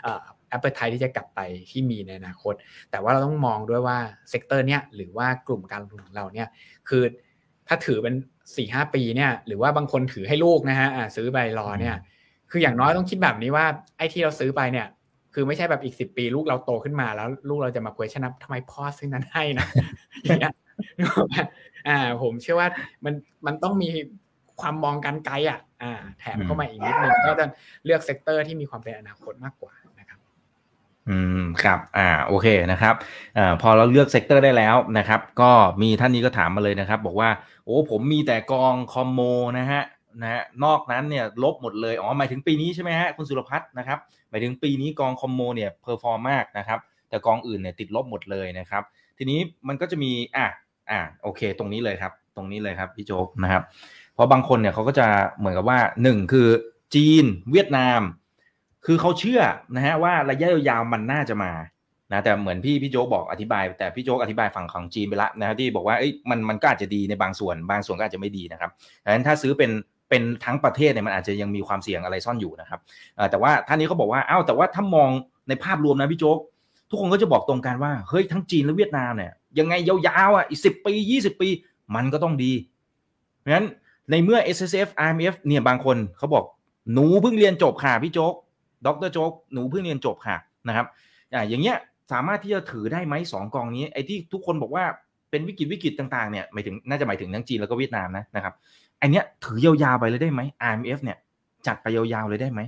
appetite ที่จะกลับไปที่มีในอนาคตแต่ว่าเราต้องมองด้วยว่าเซกเตอร์เนี้ยหรือว่ากลุ่มการลงทุนของเราเนี่ยคือถ้าถือเป็น 4-5 ปีเนี่ยหรือว่าบางคนถือให้ลูกนะฮะซื้อไปรอเนี่ยคืออย่างน้อยต้องคิดแบบนี้ว่าไอ้ที่เราซื้อไปเนี่ยคือไม่ใช่แบบอีก10 ปีลูกเราโตขึ้นมาแล้วลูกเราจะมา question ทำไมพ่อซื้อนั้นให้นะอย่างเงี้ยผมเชื่อว่ามันต้องมีความมองการไกลแถมเข้ามาอีกนิดนึงก็จะเลือกเซกเตอร์ที่มีความเป็นอนาคตมากกว่านะครับครับโอเคนะครับพอเราเลือกเซกเตอร์ได้แล้วนะครับก็มีท่านนี้ก็ถามมาเลยนะครับบอกว่าโอ้ผมมีแต่กองคอมโมนะฮะนอกนั้นเนี่ยลบหมดเลยหมายถึงปีนี้ใช่ไหมฮะคุณสุรพัฒน์นะครับหมายถึงปีนี้กองคอมโมเนี่ยเพอร์ฟอร์มมากนะครับแต่กองอื่นเนี่ยติดลบหมดเลยนะครับทีนี้มันก็จะมีโอเคตรงนี้เลยครับพี่โจ๊กนะครับเพราะบางคนเนี่ยเขาก็จะเหมือนกับว่า1คือจีนเวียดนามคือเขาเชื่อนะฮะว่าระยะยาวมันน่าจะมานะแต่เหมือนพี่โจ๊กบอกอธิบายแต่พี่โจ๊กอธิบายฝั่งของจีนไปละนะครับที่บอกว่ามันก็อาจจะดีในบางส่วนก็อาจจะไม่ดีนะครับดังนั้นถ้าซื้อเป็นทั้งประเทศเนี่ยมันอาจจะยังมีความเสี่ยงอะไรซ่อนอยู่นะครับแต่ว่าท่านนี้เขาบอกว่าแต่ว่าถ้ามองในภาพรวมนะพี่โจ๊กทุกคนก็จะบอกตรงกันว่าเฮ้ยทั้งจีนและเวียดนามเนี่ยยังไงยาวๆอีก10 ปี20 ปีมันก็ต้องดีเพราะฉะนั้นในเมื่อ SSF IMF เนี่ยบางคนเขาบอกหนูเพิ่งเรียนจบค่ะพี่โจ๊กดร.โจ๊กหนูเพิ่งเรียนจบค่ะนะครับอย่างเงี้ยสามารถที่จะถือได้ไหม2 กองนี้ไอ้ที่ทุกคนบอกว่าเป็นวิกฤตต่างๆเนี่ยน่าจะหมายถึงทั้งจีนแล้วก็เวียดนามนะครับไอ้เนี้ยถือยาวๆไปเลยได้ไหม IMF เนี่ยจัดไปยาวๆเลยได้ไหม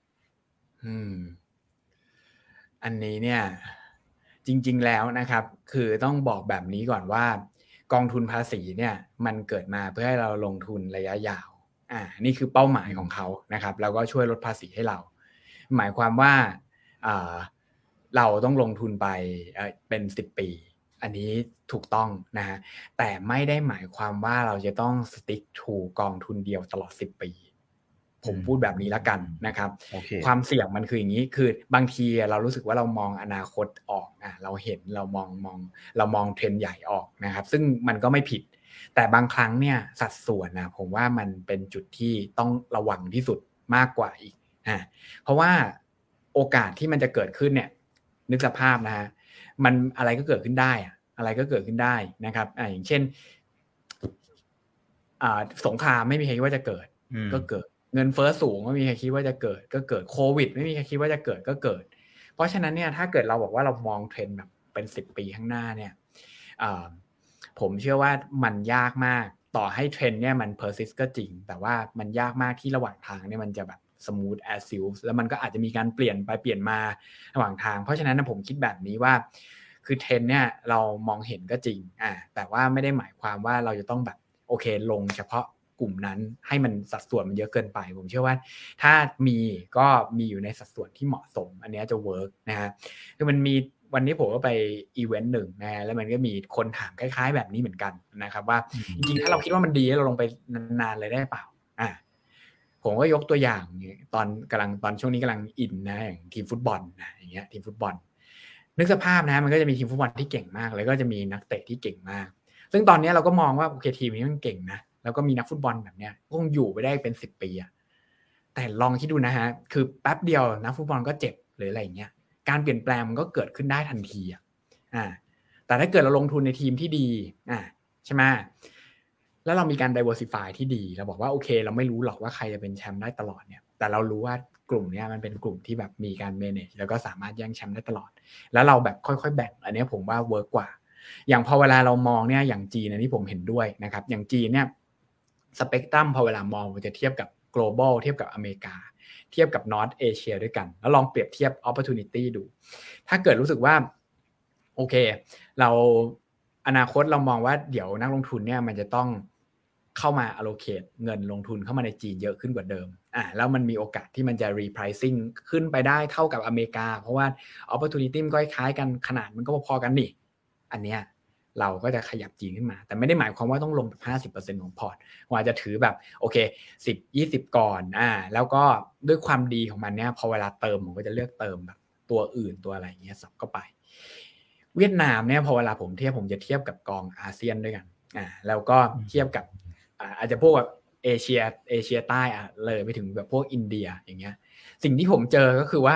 อันนี้เนี่ยจริงๆแล้วนะครับคือต้องบอกแบบนี้ก่อนว่ากองทุนภาษีเนี่ยมันเกิดมาเพื่อให้เราลงทุนระยะยาวนี่คือเป้าหมายของเขานะครับแล้วก็ช่วยลดภาษีให้เราหมายความว่าเราต้องลงทุนไปเป็น10 ปีอันนี้ถูกต้องนะฮะแต่ไม่ได้หมายความว่าเราจะต้อง stick to กองทุนเดียวตลอด10 ปีผมพูดแบบนี้ละกันนะครับ ความเสี่ยงมันคืออย่างนี้คือบางทีเรารู้สึกว่าเรามองอนาคตออกเราเห็นเรามองเทรนด์ใหญ่ออกนะครับซึ่งมันก็ไม่ผิดแต่บางครั้งเนี่ยสัดส่วนนะผมว่ามันเป็นจุดที่ต้องระวังที่สุดมากกว่าอีกเพราะว่าโอกาสที่มันจะเกิดขึ้นเนี่ยนึกสภาพนะฮะมันอะไรก็เกิดขึ้นได้อะไรก็เกิดขึ้นได้นะครับอย่างเช่นสงครามไม่มีใครคิดว่าจะเกิดก็เกิดเงินเฟ้อสูงไม่มีใครคิดว่าจะเกิดก็เกิดโควิดไม่มีใครคิดว่าจะเกิดก็เกิดเพราะฉะนั้นเนี่ยถ้าเกิดเราบอกว่าเรามองเทรนด์แบบเป็น10 ปีข้างหน้าเนี่ยผมเชื่อว่ามันยากมากต่อให้เทรนด์เนี่ยมัน persist ก็จริงแต่ว่ามันยากมากที่ระหว่างทางเนี่ยมันจะแบบ smooth as silk แล้วมันก็อาจจะมีการเปลี่ยนไปเปลี่ยนมาระหว่างทางเพราะฉะนั้นผมคิดแบบนี้ว่าคือเทรนด์เนี่ยเรามองเห็นก็จริงแต่ว่าไม่ได้หมายความว่าเราจะต้องแบบโอเคลงเฉพาะกลุ่มนั้นให้มันสัดส่วนมันเยอะเกินไปผมเชื่อว่าถ้ามีก็มีอยู่ในสัดส่วนที่เหมาะสมอันนี้จะเวิร์กนะฮะคือมันมีวันนี้ผมก็ไปอีเวนต์หนึ่งนะแล้วมันก็มีคนถามคล้ายๆแบบนี้เหมือนกันนะครับว่าจริงๆถ้าเราคิดว่ามันดีเราลงไปนานๆเลยได้เปล่าผมก็ยกตัวอย่างตอนช่วงนี้กำลังอินนะอย่างทีมฟุตบอลนะอย่างเงี้ยทีมฟุตบอลนึกสภาพนะมันก็จะมีทีมฟุตบอลที่เก่งมากแล้วก็จะมีนักเตะที่เก่งมากซึ่งตอนนี้เราก็มองว่าโอเคทีมนี้มันเก่งนะแล้วก็มีนักฟุตบอลแบบเนี้ยคงอยู่ไปได้เป็น10 ปีแต่ลองคิดดูนะฮะคือแป๊บเดียวนักฟุตบอลก็เจ็บหรืออะไรอย่างเงี้ยการเปลี่ยนแปลงมันก็เกิดขึ้นได้ทันทีแต่ถ้าเกิดเราลงทุนในทีมที่ดีใช่ไหมแล้วเรามีการ diversify ที่ดีเราบอกว่าโอเคเราไม่รู้หรอกว่าใครจะเป็นแชมป์ได้ตลอดเนี่ยแต่เรารู้ว่ากลุ่มนี้มันเป็นกลุ่มที่แบบมีการ manage แล้วก็สามารถแย่งแชมป์ได้ตลอดแล้วเราแบบค่อยๆแบ่งอันนี้ผมว่าเวิร์กกว่าอย่างพอเวลาเรามองเนี่ยอย่างจีนอันนี้ผมเห็นด้วยนะครับอย่างจีนเนี่ยสเปกตรัมพอเวลามองมันจะเทียบกับ global เทียบกับอเมริกาเทียบกับ North Asia ด้วยกันแล้วลองเปรียบเทียบ opportunity ดูถ้าเกิดรู้สึกว่าโอเคเราอนาคตเรามองว่าเดี๋ยวนักลงทุนเนี่ยมันจะต้องเข้ามา allocate เงินลงทุนเข้ามาในจีนเยอะขึ้นกว่าเดิมแล้วมันมีโอกาสที่มันจะ repricing ขึ้นไปได้เท่ากับอเมริกาเพราะว่า opportunity มันก็คล้ายกันขนาดมันก็พอๆกันนี่อันเนี้ยเราก็จะขยับจีนขึ้นมาแต่ไม่ได้หมายความว่าต้องลงแบบ 50% ของพอร์ตว่าจะถือแบบโอเค10-20ก่อนแล้วก็ด้วยความดีของมันเนี่ยพอเวลาเติมผมก็จะเลือกเติมแบบตัวอื่นตัวอะไรอย่างเงี้ยสับเข้าไปเวียดนามเนี่ยพอเวลาผมจะเทียบกับกองอาเซียนด้วยกันแล้วก็เทียบกับอาจจะพวกแบบเอเชียใต้เลยไปถึงแบบพวกอินเดียอย่างเงี้ยสิ่งที่ผมเจอก็คือว่า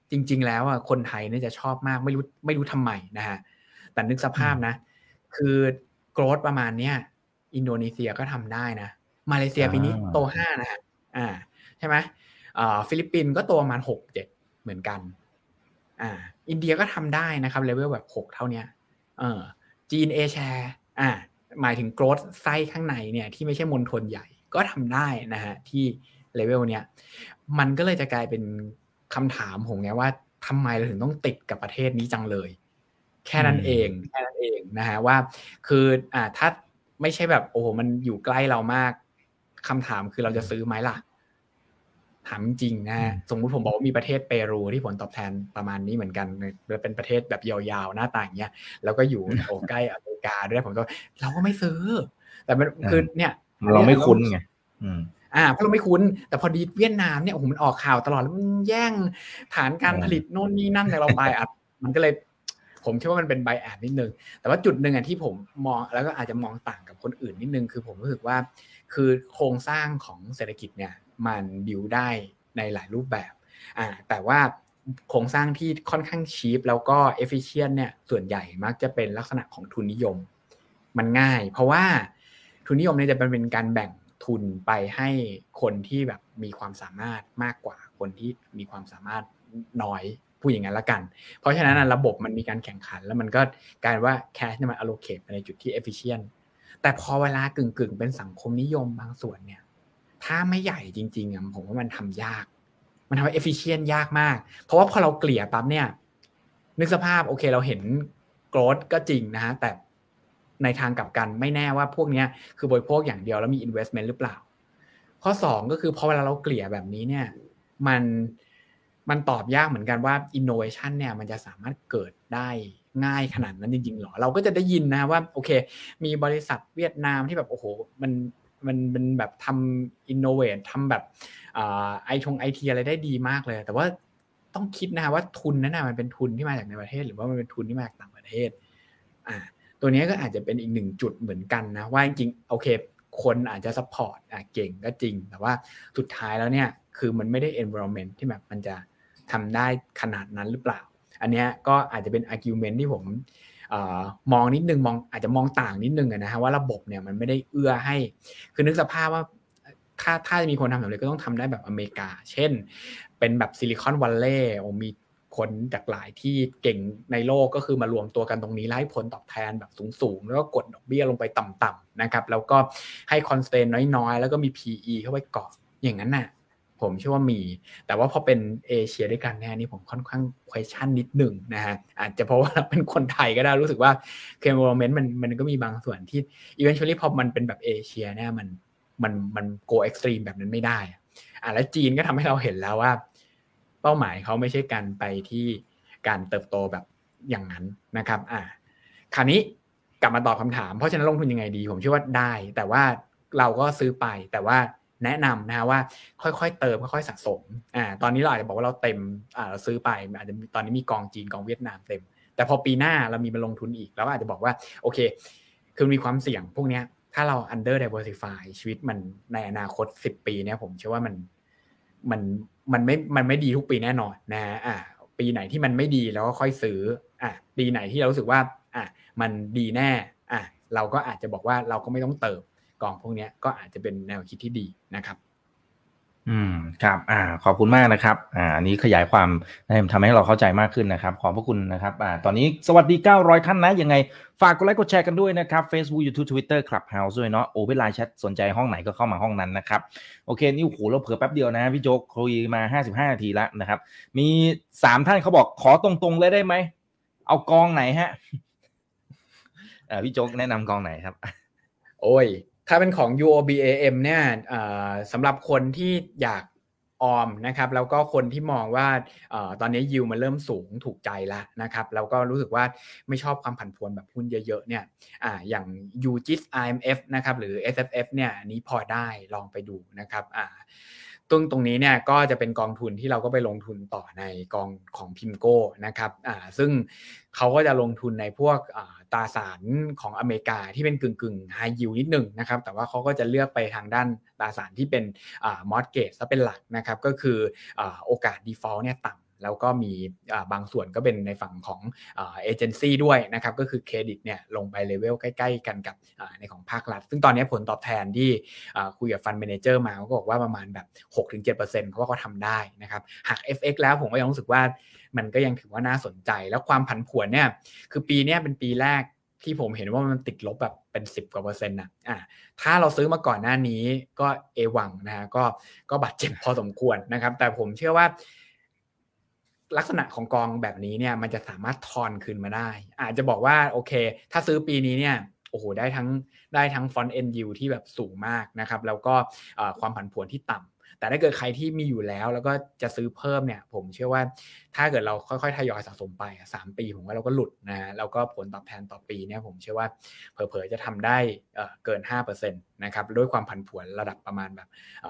จริงๆแล้วอ่ะคนไทยเนี่ยจะชอบมากไม่รู้ทำไมนะฮะแต่นึกสภาพนะคือโกรธประมาณเนี้ยอินโดนีเซียก็ทำได้นะมาเลเซียปีนี้โต5นะฮะใช่ไหมฟิลิปปินส์ก็โตประมาณ6-7เหมือนกันอินเดียก็ทำได้นะครับเลเวลแบบ6เท่านี้จีนเอแชร์หมายถึงโกรธไส้ข้างในเนี่ยที่ไม่ใช่มณฑลใหญ่ก็ทำได้นะฮะที่เลเวลเนี้ยมันก็เลยจะกลายเป็นคำถามผมไงว่าทำไมเราถึงต้องติดกับประเทศนี้จังเลยแค่นั้นเองนะฮะว่าคือถ้าไม่ใช่แบบโอ้โหมันอยู่ใกล้เรามากคำถามคือเราจะซื้อไหมล่ะถามจริงๆนะสมมุติผมบอกว่ามีประเทศเปรูที่ผลตอบแทนประมาณนี้เหมือนกันเป็นประเทศแบบยาวๆหน้าตาอย่างเงี้ยแล้วก็อยู่โอ้ใกล้อเมริกาด้วยผมก็เราก็ไม่ซื้อแต่มันคือเนี่ยเราไม่คุ้นไงเพราะเราไม่คุ้นแต่พอดีเวียดนามเนี่ยโอ้โหมันออกข่าวตลอดแล้วมันแย่งฐานการผลิตโน่นนี่นั่นจากเราไปมันก็เลยผมคิดว่ามันเป็นไบแอดนิดนึงแต่ว่าจุดหนึ่งที่ผมมองแล้วก็อาจจะมองต่างกับคนอื่นนิดนึงคือผมรู้สึกว่าคือโครงสร้างของเศรษฐกิจเนี่ยมันดิวได้ในหลายรูปแบบแต่ว่าโครงสร้างที่ค่อนข้างชีพแล้วก็ efficient เนี่ยส่วนใหญ่มักจะเป็นลักษณะของทุนนิยมมันง่ายเพราะว่าทุนนิยมเนี่ยจะเป็นการแบ่งทุนไปให้คนที่แบบมีความสามารถมากกว่าคนที่มีความสามารถน้อยพูดอย่างนั้นละกันเพราะฉะนั้นระบบมันมีการแข่งขันแล้วมันก็กลายว่า cash เนี่ยมัน allocate ไปในจุดที่ efficient แต่พอเวลากึ่งเป็นสังคมนิยมบางส่วนเนี่ยถ้าไม่ใหญ่จริงๆผมว่ามันทำยากมันทำให้ efficient ยากมากเพราะว่าพอเราเกลี่ยปั๊บเนี่ยนึกสภาพโอเคเราเห็น growth ก็จริงนะฮะแต่ในทางกลับกันไม่แน่ว่าพวกนี้คือบริโภคอย่างเดียวแล้วมี investment หรือเปล่าข้อ2ก็คือพอเวลาเราเกลี่ยแบบนี้เนี่ยมันตอบยากเหมือนกันว่า innovation เนี่ยมันจะสามารถเกิดได้ง่ายขนาดนั้นจริงๆหรอเราก็จะได้ยินนะว่าโอเคมีบริษัทเวียดนามที่แบบโอ้โหมันแบบทำ innovate ทำแบบIT อะไรได้ดีมากเลยแต่ว่าต้องคิดนะว่าทุนนั้นนะมันเป็นทุนที่มาจากในประเทศหรือว่ามันเป็นทุนที่มาจากต่างประเทศตัวนี้ก็อาจจะเป็นอีกหนึ่งจุดเหมือนกันนะว่าจริงๆโอเคคนอาจจะซัพพอร์ตเก่งก็จริงแต่ว่าสุดท้ายแล้วเนี่ยคือมันไม่ได้ environment ที่แบบมันจะทำได้ขนาดนั้นหรือเปล่าอันนี้ก็อาจจะเป็น argument ที่ผมมองนิดนึงอาจจะมองต่างนิดนึงนะฮะว่าระบบเนี่ยมันไม่ได้เอื้อให้คือนึกสภาพว่าถ้าจะมีคนทำแบบนี้ก็ต้องทำได้แบบอเมริกาเช่นเป็นแบบซิลิคอนวัลเลย์มีคนจากหลายที่เก่งในโลกก็คือมารวมตัวกันตรงนี้ไล่ผลตอบแทนแบบสูงๆแล้วก็กดดอกเบี้ยลงไปต่ำๆนะครับแล้วก็ให้คอนสแตนต์น้อยๆแล้วก็มี PE เข้าไปเกาะอย่างนั้นน่ะผมเชื่อว่ามีแต่ว่าพอเป็นเอเชียด้วยกันเนี่ยนี่ผมค่อนข้าง question นิดหนึ่งนะฮะอาจจะเพราะว่าเป็นคนไทยก็ได้รู้สึกว่า environment มันก็มีบางส่วนที่ eventually พอมันเป็นแบบเอเชียเนี่ยมัน go extreme แบบนั้นไม่ได้แล้วจีนก็ทำให้เราเห็นแล้วว่าเป้าหมายเขาไม่ใช่การไปที่การเติบโตแบบอย่างนั้นนะครับคราวนี้กลับมาตอบคำถามเพราะฉะนั้นลงทุนยังไงดีผมเชื่อว่าได้แต่ว่าเราก็ซื้อไปแต่ว่าแนะนำนะฮะว่าค่อยๆเติมค่อยๆสะสมตอนนี้เราอาจจะบอกว่าเราเต็มเราซื้อไปอาจจะตอนนี้มีกองจีนกองเวียดนามเต็มแต่พอปีหน้าเรามีมาลงทุนอีกเราก็อาจจะบอกว่าโอเคคือมีความเสี่ยงพวกนี้ถ้าเรา under diversify ชีวิตมันในอนาคต10ปีเนี่ยผมเชื่อว่ามันไม่ดีทุกปีแน่นอนนะปีไหนที่มันไม่ดีเราก็ค่อยซื้อปีไหนที่เรารู้สึกว่ามันดีแน่เราก็อาจจะบอกว่าเราก็ไม่ต้องเติมกองพวกนี้ก็อาจจะเป็นแนวคิดที่ดีนะครับครับขอบคุณมากนะครับอันนี้ขยายความทำให้เราเข้าใจมากขึ้นนะครับขอบพระคุณนะครับตอนนี้สวัสดี900ท่านนะยังไงฝากกดไลค์กดแชร์กันด้วยนะครับ Facebook YouTube Twitter Clubhouse ด้วยเนาะOpen Line Chat สนใจห้องไหนก็เข้ามาห้องนั้นนะครับโอเคนี่โอ้โหเราเผลอแป๊บเดียวนะพี่โจ๊กคุยมา55นาทีแล้วนะครับมี3ท่านเขาบอกขอตรงๆเลยได้ไหมเอากองไหนฮะพี่โจ๊กแนะนำกองไหนครับโอ้ยถ้าเป็นของ UOBAM เนี่ยสำหรับคนที่อยากออมนะครับแล้วก็คนที่มองว่าตอนนี้ยิวมันเริ่มสูงถูกใจแล้วนะครับแล้วก็รู้สึกว่าไม่ชอบความผันผวนแบบหุ้นเยอะๆเนี่ยอย่าง UGIS IMF นะครับหรือ SFF เนี่ยอันนี้พอได้ลองไปดูนะครับตรงนี้เนี่ยก็จะเป็นกองทุนที่เราก็ไปลงทุนต่อในกองของพิมโก้นะครับซึ่งเขาก็จะลงทุนในพวกตราสารของอเมริกาที่เป็นกึ่งไฮยิลด์นิดนึงนะครับแต่ว่าเขาก็จะเลือกไปทางด้านตราสารที่เป็นมอร์ทเกจซะเป็นหลักนะครับก็คือโอกาส default เนี่ยต่แล้วก็มีบางส่วนก็เป็นในฝั่งของเอเจนซี่ด้วยนะครับก็คือเครดิตเนี่ยลงไปเลเวลใกล้ๆกันกับในของภาครัฐซึ่งตอนนี้ผลตอบแทนที่คุยกับฟันด์แมเนเจอร์มาเขาก็บอกว่าประมาณแบบ 6-7% เขาว่าเขาทำได้นะครับหัก FX แล้วผมก็ยังรู้สึกว่ามันก็ยังถือว่าน่าสนใจแล้วความผันผวนเนี่ยคือปีนี้เป็นปีแรกที่ผมเห็นว่ามันติดลบแบบเป็น10 กว่า%นะถ้าเราซื้อมาก่อนหน้านี้ก็หวังนะฮะก็บาดเจ็บพอสมควรนะครับแต่ผมเชื่อว่าลักษณะของกองแบบนี้เนี่ยมันจะสามารถทอนคืนมาได้อาจจะบอกว่าโอเคถ้าซื้อปีนี้เนี่ยโอ้โหได้ทั้ง front end yield ที่แบบสูงมากนะครับแล้วก็ความผันผวนที่ต่ำแต่ถ้าเกิดใครที่มีอยู่แล้วก็จะซื้อเพิ่มเนี่ยผมเชื่อว่าถ้าเกิดเราค่อยๆทยอยสะสมไป3 ปีผมว่าเราก็หลุดนะฮะแล้วก็ผลตอบแทนต่อปีเนี่ยผมเชื่อว่าเผลอๆจะทำได้เกิน 5% นะครับด้วยความผันผวนระดับประมาณแบบ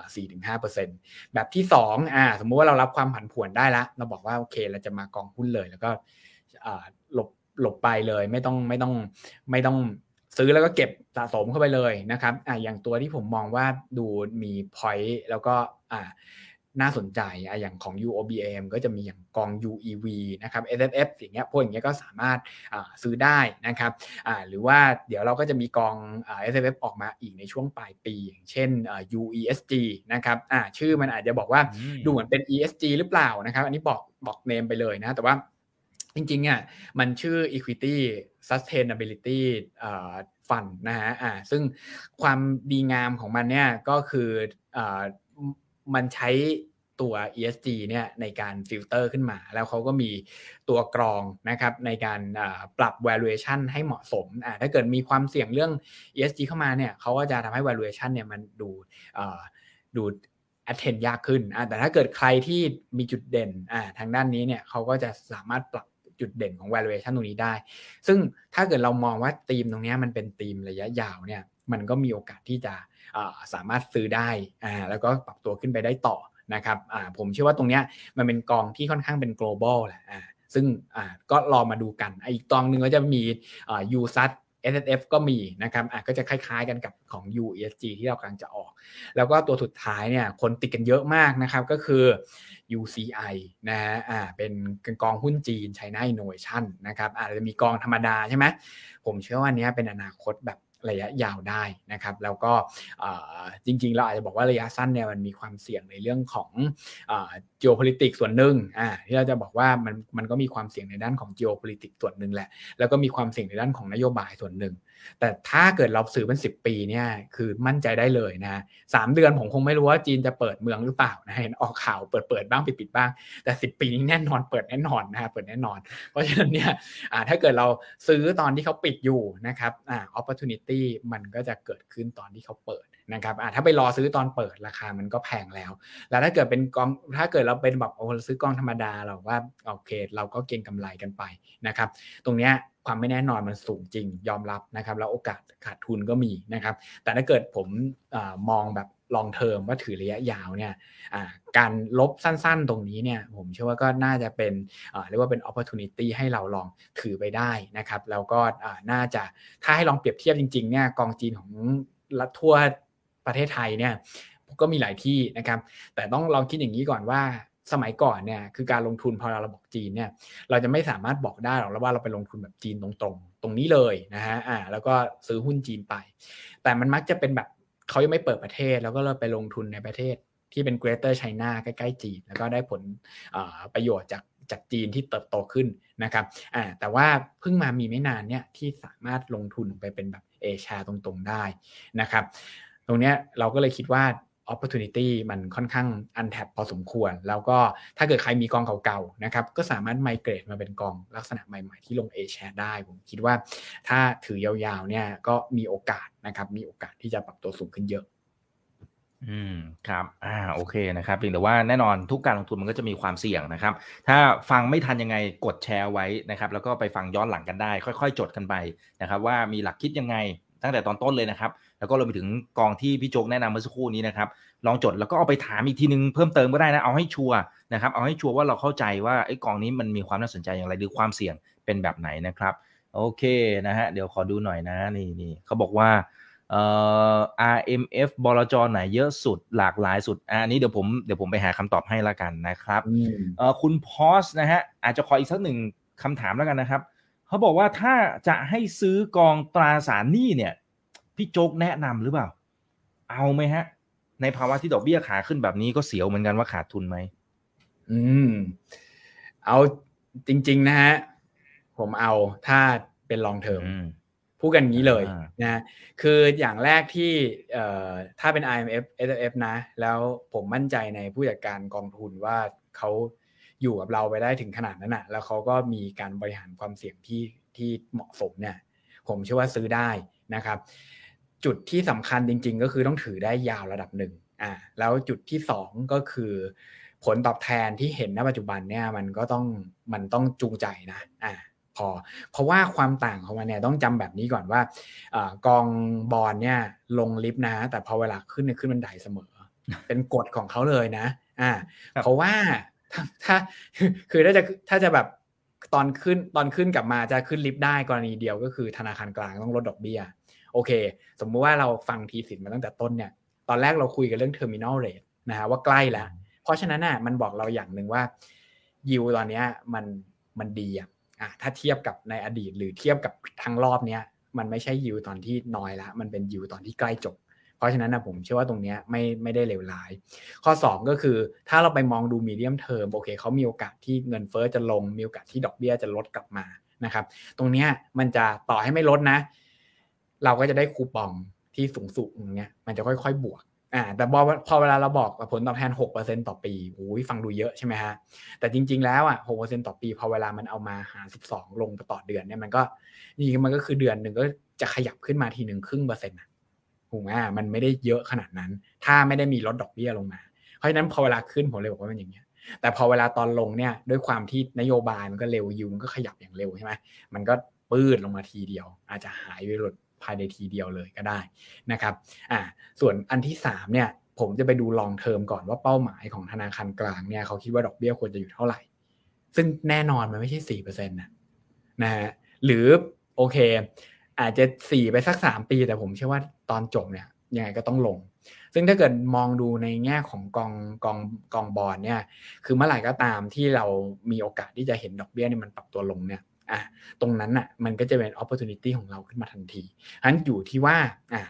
4-5% แบบที่2สมมุติว่าเรารับความผันผวนได้แล้วเราบอกว่าโอเคเราจะมากองหุ้นเลยแล้วก็หลบไปเลยไม่ต้องซื้อแล้วก็เก็บสะสมเข้าไปเลยนะครับอย่างตัวที่ผมมองว่าดูมี point แล้วก็น่าสนใจอย่างของ UOBM ก็จะมีอย่างกอง UEV นะครับ SFF อย่างเงี้ยพวกอย่างเงี้ยก็สามารถซื้อได้นะครับหรือว่าเดี๋ยวเราก็จะมีกองSFF ออกมาอีกในช่วงปลายปีอย่างเช่นUESG นะครับชื่อมันอาจจะบอกว่าดูเหมือนเป็น ESG หรือเปล่านะครับอันนี้บอกเนมไปเลยนะแต่ว่าจริงๆมันชื่อ Equity Sustainability Fund นะฮะซึ่งความดีงามของมันเนี่ยก็คือมันใช้ตัว ESG เนี่ยในการฟิลเตอร์ขึ้นมาแล้วเขาก็มีตัวกรองนะครับในการปรับ valuation ให้เหมาะสมถ้าเกิดมีความเสี่ยงเรื่อง ESG เข้ามาเนี่ยเขาก็จะทำให้ valuation เนี่ยมันดูattend ยากขึ้นแต่ถ้าเกิดใครที่มีจุดเด่นทางด้านนี้เนี่ยเขาก็จะสามารถปรับจุดเด่นของ valuation ตรงนี้ได้ซึ่งถ้าเกิดเรามองว่าธีมตรงนี้มันเป็นธีมระยะยาวเนี่ยมันก็มีโอกาสที่จะสามารถซื้อได้แล้วก็ปรับตัวขึ้นไปได้ต่อนะครับผมเชื่อว่าตรงนี้มันเป็นกองที่ค่อนข้างเป็น global แหละซึ่งก็รอมาดูกันอีกกองนึงก็จะมีUSAT SSF ก็มีนะครับก็จะคล้ายๆกันกับของ UESG ที่เรากำลังจะออกแล้วก็ตัวสุดท้ายเนี่ยคนติดกันเยอะมากนะครับก็คือ UCI นะฮะเป็นกองหุ้นจีน China Innovation นะครับจะมีกองธรรมดาใช่ไหมผมเชื่อว่านี้เป็นอนาคตแบบระยะยาวได้นะครับแล้วก็จริงๆเราอาจจะบอกว่าระยะสั้นเนี่ยมันมีความเสี่ยงในเรื่องของgeopolitics ส่วนหนึ่งที่เราจะบอกว่ามันก็มีความเสี่ยงในด้านของ geopolitics ส่วนหนึ่งแหละแล้วก็มีความเสี่ยงในด้านของนโยบายส่วนหนึ่งแต่ถ้าเกิดเราซื้อเป็น10 ปีเนี่ยคือมั่นใจได้เลยนะ3 เดือนผมคงไม่รู้ว่าจีนจะเปิดเมืองหรือเปล่านะเห็นออกข่าวเปิดบ้างปิดบ้างแต่10 ปีนี้แน่นอนเปิดแน่นอนนะฮะเปิดแน่นอนเพราะฉะนั้นเนี่ยถ้าเกิดเราซื้อตอนที่เขาปิดอยู่นะครับopportunity มันก็จะเกิดขึ้นตอนที่เขาเปิดนะครับถ้าไปรอซื้อตอนเปิดราคามันก็แพงแล้วถ้าเกิดเป็นกองถ้าเกิดเราเป็นแบบซื้อกองธรรมดาเราว่าโอเคเราก็เก็งกำไรกันไปนะครับตรงเนี้ยความไม่แน่นอนมันสูงจริงยอมรับนะครับแล้วโอกาสขาดทุนก็มีนะครับแต่ถ้าเกิดผมมองแบบlong term ว่าถือระยะยาวเนี่ยการลบสั้นๆตรงนี้เนี่ยผมเชื่อว่าก็น่าจะเป็นเรียกว่าเป็น opportunity ให้เราลองถือไปได้นะครับแล้วก็น่าจะถ้าให้ลองเปรียบเทียบจริงๆเนี่ยกองจีนของรัฐทั่วประเทศไทยเนี่ยก็มีหลายที่นะครับแต่ต้องลองคิดอย่างนี้ก่อนว่าสมัยก่อนเนี่ยคือการลงทุนพอเราบอกจีนเนี่ยเราจะไม่สามารถบอกได้หรอกว่าเราไปลงทุนแบบจีนตรงๆตรงนี้เลยนะฮะแล้วก็ซื้อหุ้นจีนไปแต่มันมักจะเป็นแบบเขายังไม่เปิดประเทศแล้วก็เราไปลงทุนในประเทศที่เป็น Greater China ใกล้ๆจีนแล้วก็ได้ผลประโยชน์จากจีนที่เติบโตขึ้นนะครับแต่ว่าเพิ่งมามีไม่นานเนี่ยที่สามารถลงทุนไปเป็นแบบA-shareตรงๆได้นะครับตรงเนี้ยเราก็เลยคิดว่า opportunity มันค่อนข้าง untapped พอสมควรแล้วก็ถ้าเกิดใครมีกองเก่าๆนะครับก็สามารถ migrate มาเป็นกองลักษณะใหม่ๆที่ลง A-share ได้ผมคิดว่าถ้าถือยาวๆเนี่ยก็มีโอกาสนะครับมีโอกาสที่จะปรับตัวสูงขึ้นเยอะครับโอเคนะครับเพียงแต่ว่าแน่นอนทุกการลงทุนมันก็จะมีความเสี่ยงนะครับถ้าฟังไม่ทันยังไงกดแชร์ไว้นะครับแล้วก็ไปฟังย้อนหลังกันได้ค่อยๆจดกันไปนะครับว่ามีหลักคิดยังไงตั้งแต่ตอนต้นเลยนะครับแล้วก็รวมไปถึงกองที่พี่โจ๊กแนะนำเมื่อสักครู่นี้นะครับลองจดแล้วก็เอาไปถามอีกทีนึงเพิ่มเติมก็ได้นะเอาให้ชัวร์นะครับเอาให้ชัวร์ว่าเราเข้าใจว่าไอ้กองนี้มันมีความน่าสนใจอย่างไรหรือความเสี่ยงเป็นแบบไหนนะครับโอเคนะฮะเดี๋ยวขอดูหน่อยนะนี่เขาบอกว่า RMF บลจไหนเยอะสุดหลากหลายสุดอันนี้เดี๋ยวผมไปหาคำตอบให้ละกันนะครับคุณพอสนะฮะอาจจะขออีกสักหนึ่งคำถามแล้วกันนะครับเขาบอกว่าถ้าจะให้ซื้อกองตราสารหนี้เนี่ยพี่โจ๊กแนะนำหรือเปล่าเอาไหมฮะในภาวะที่ดอกเบี้ยขาขึ้นแบบนี้ก็เสียวเหมือนกันว่าขาดทุนไหมเอาจริงๆนะฮะผมเอาถ้าเป็น long term พูดกันงี้เลยนะคืออย่างแรกที่ถ้าเป็น IMF SFF นะแล้วผมมั่นใจในผู้จัดการกองทุนว่าเขาอยู่กับเราไปได้ถึงขนาดนั้นนะแล้วเขาก็มีการบริหารความเสี่ยงที่เหมาะสมเนี่ยผมเชื่อว่าซื้อได้นะครับจุดที่สำคัญจริงๆก็คือต้องถือได้ยาวระดับหนึ่งแล้วจุดที่2ก็คือผลตอบแทนที่เห็นณปัจจุบันเนี่ยมันต้องจูงใจนะเพราะว่าความต่างของมันเนี่ยต้องจำแบบนี้ก่อนว่ากองบอนด์เนี่ยลงลิฟต์นะแต่พอเวลาขึ้นเนี่ยขึ้นบันไดเสมอ เป็นกฎของเขาเลยนะเพราะว่าถ้าคือถ้าจะแบบตอนขึ้นกลับมาจะขึ้นลิฟต์ได้กรณีเดียวก็คือธนาคารกลางต้องลดดอกเบี้ยโอเคสมมุติว่าเราฟังทีสิทธิ์มาตั้งแต่ต้นเนี่ยตอนแรกเราคุยกันเรื่อง terminal rate นะฮะว่าใกล้แล้วเพราะฉะนั้นน่ะมันบอกเราอย่างนึงว่ายิวตอนนี้มันดีถ้าเทียบกับในอดีตหรือเทียบกับทั้งรอบนี้มันไม่ใช่ยิวตอนที่น้อยละมันเป็นยิวตอนที่ใกล้จบเพราะฉะนั้นนะผมเชื่อว่าตรงนี้ไม่ได้เลวร้ายข้อ2ก็คือถ้าเราไปมองดูมีเดียมเทอมโอเคเขามีโอกาสที่เงินเฟ้อจะลงมีโอกาสที่ดอกเบี้ยจะลดกลับมานะครับตรงนี้มันจะต่อให้ไม่ลดนะเราก็จะได้คูปองที่สูงอย่างเงี้ยมันจะค่อยๆบวกแต่พอเวลาเราบอกผลตอบแทน 6% ต่อปีฟังดูเยอะใช่ไหมฮะแต่จริงๆแล้ว6% ต่อปีพอเวลามันเอามาหาร12ลงต่อเดือนเนี่ยมันก็คือเดือนหนึ่งก็จะขยับขึ้นมาทีนึง0.5%ถูกไหมมันไม่ได้เยอะขนาดนั้นถ้าไม่ได้มีลดดอกเบี้ยลงมาเพราะฉะนั้นพอเวลาขึ้นผมเลยบอกว่ามันอย่างเงี้ยแต่พอเวลาตอนลงเนี่ยด้วยความที่นโยบายมันก็เร็วยิวมันก็ขยับอย่างเร็วใช่ไหมมันก็ปื้ดลงมาทีเดียวอาจจะหายไปหลุดภายในทีเดียวเลยก็ได้นะครับส่วนอันที่3เนี่ยผมจะไปดู long term ก่อนว่าเป้าหมายของธนาคารกลางเนี่ยเขาคิดว่าดอกเบี้ยควรจะอยู่เท่าไหร่ซึ่งแน่นอนมันไม่ใช่ 4% นะฮะหรือโอเคอาจจะ4ไปสัก3ปีแต่ผมเชื่อว่าตอนจบเนี่ยยังไงก็ต้องลงซึ่งถ้าเกิดมองดูในแง่ของกองบอนด์เนี่ยคือเมื่อไหร่ก็ตามที่เรามีโอกาสที่จะเห็นดอกเบี้ยเนี่ยมันปรับตัวลงเนี่ยตรงนั้นน่ะมันก็จะเป็น opportunity ของเราขึ้นมาทันทีฉะนั้นอยู่ที่ว่า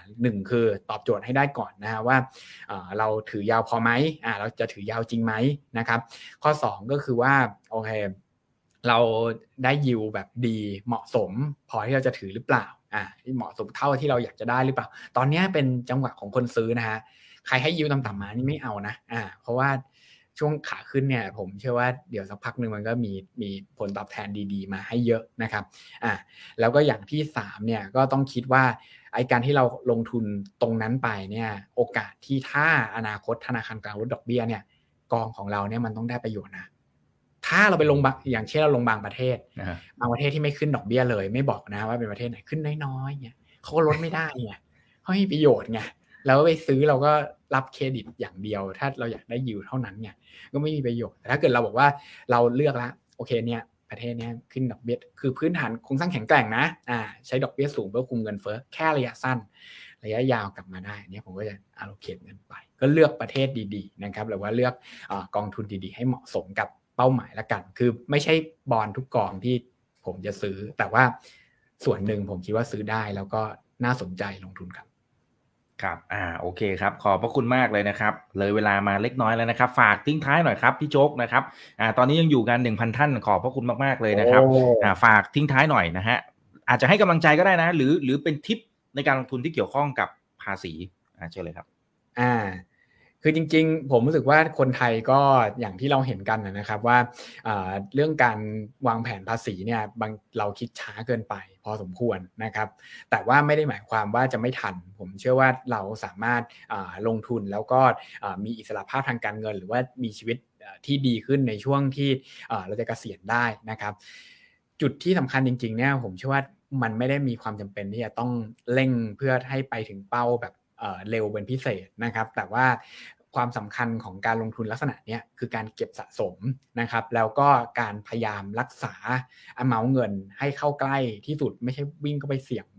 1คือตอบโจทย์ให้ได้ก่อนนะฮะว่าเราถือยาวพอไหมเราจะถือยาวจริงไหมนะครับข้อ2ก็คือว่าโอเคเราได้ยิวแบบดีเหมาะสมพอที่เราจะถือหรือเปล่าเหมาะสมเท่าที่เราอยากจะได้หรือเปล่าตอนนี้เป็นจังหวะของคนซื้อนะฮะใครให้ยิวต่ำๆมานี่ไม่เอานะเพราะว่าช่วงขาขึ้นเนี่ยผมเชื่อว่าเดี๋ยวสักพักนึงมันก็มีผลตอบแทนดีๆมาให้เยอะนะครับแล้วก็อย่างที่3เนี่ยก็ต้องคิดว่าไอ้การที่เราลงทุนตรงนั้นไปเนี่ยโอกาสที่ถ้าอนาคตธนาคารกลางลดดอกเบี้ยเนี่ยกองของเราเนี่ยมันต้องได้ประโยชน์นะถ้าเราไปลงอย่างเช่นเราลงบางประเทศที่ไม่ขึ้นดอกเบี้ยเลยไม่บอกนะว่าเป็นประเทศไหนขึ้นน้อยๆเนี่ยเขาก็ลดไม่ได้ไงเขาให้ประโยชน์ไงแล้วไปซื้อเราก็รับเครดิตอย่างเดียวถ้าเราอยากได้ยิวเท่านั้นเนี่ยก็ไม่มีประโยชน์แต่ถ้าเกิดเราบอกว่าเราเลือกแล้วโอเคเนี่ยประเทศนี้ขึ้นดอกเบี้ยคือพื้นฐานโครงสร้างแข็งแกร่งนะใช้ดอกเบี้ยสูงเพื่อคุมเงินเฟ้อแค่ระยะสั้นระยะยาวกลับมาได้เนี่ยผมก็จะallocateเงินไปก็เลือกประเทศดีๆนะครับหรือว่าเลือกกองทุนดีๆให้เหมาะสมกับเป้าหมายละกันคือไม่ใช่บอนด์ทุกกองที่ผมจะซื้อแต่ว่าส่วนหนึ่งผมคิดว่าซื้อได้แล้วก็น่าสนใจลงทุนครับครับโอเคครับขอบพระคุณมากเลยนะครับเลยเวลามาเล็กน้อยแล้วนะครับฝากทิ้งท้ายหน่อยครับพี่โจ๊กนะครับตอนนี้ยังอยู่กัน 1,000 ท่านขอบพระคุณมากๆเลยนะครับฝากทิ้งท้ายหน่อยนะฮะอาจจะให้กำลังใจก็ได้นะหรือเป็นทิปในการลงทุนที่เกี่ยวข้องกับภาษีเชิญเลยครับคือจริงๆผมรู้สึกว่าคนไทยก็อย่างที่เราเห็นกันนะครับว่าเรื่องการวางแผนภาษีเนี่ยเราคิดช้าเกินไปพอสมควรนะครับแต่ว่าไม่ได้หมายความว่าจะไม่ทันผมเชื่อว่าเราสามารถลงทุนแล้วก็มีอิสรภาพทางการเงินหรือว่ามีชีวิตที่ดีขึ้นในช่วงที่เราจะเกษียณได้นะครับจุดที่สำคัญจริงๆเนี่ยผมเชื่อว่ามันไม่ได้มีความจำเป็นที่จะต้องเร่งเพื่อให้ไปถึงเป้าแบบเร็วเป็นพิเศษนะครับแต่ว่าความสำคัญของการลงทุนลักษณะนี้คือการเก็บสะสมนะครับแล้วก็การพยายามรักษาamountเงินให้เข้าใกล้ที่สุดไม่ใช่วิ่งเข้าไปเสี่ยงเบ็ด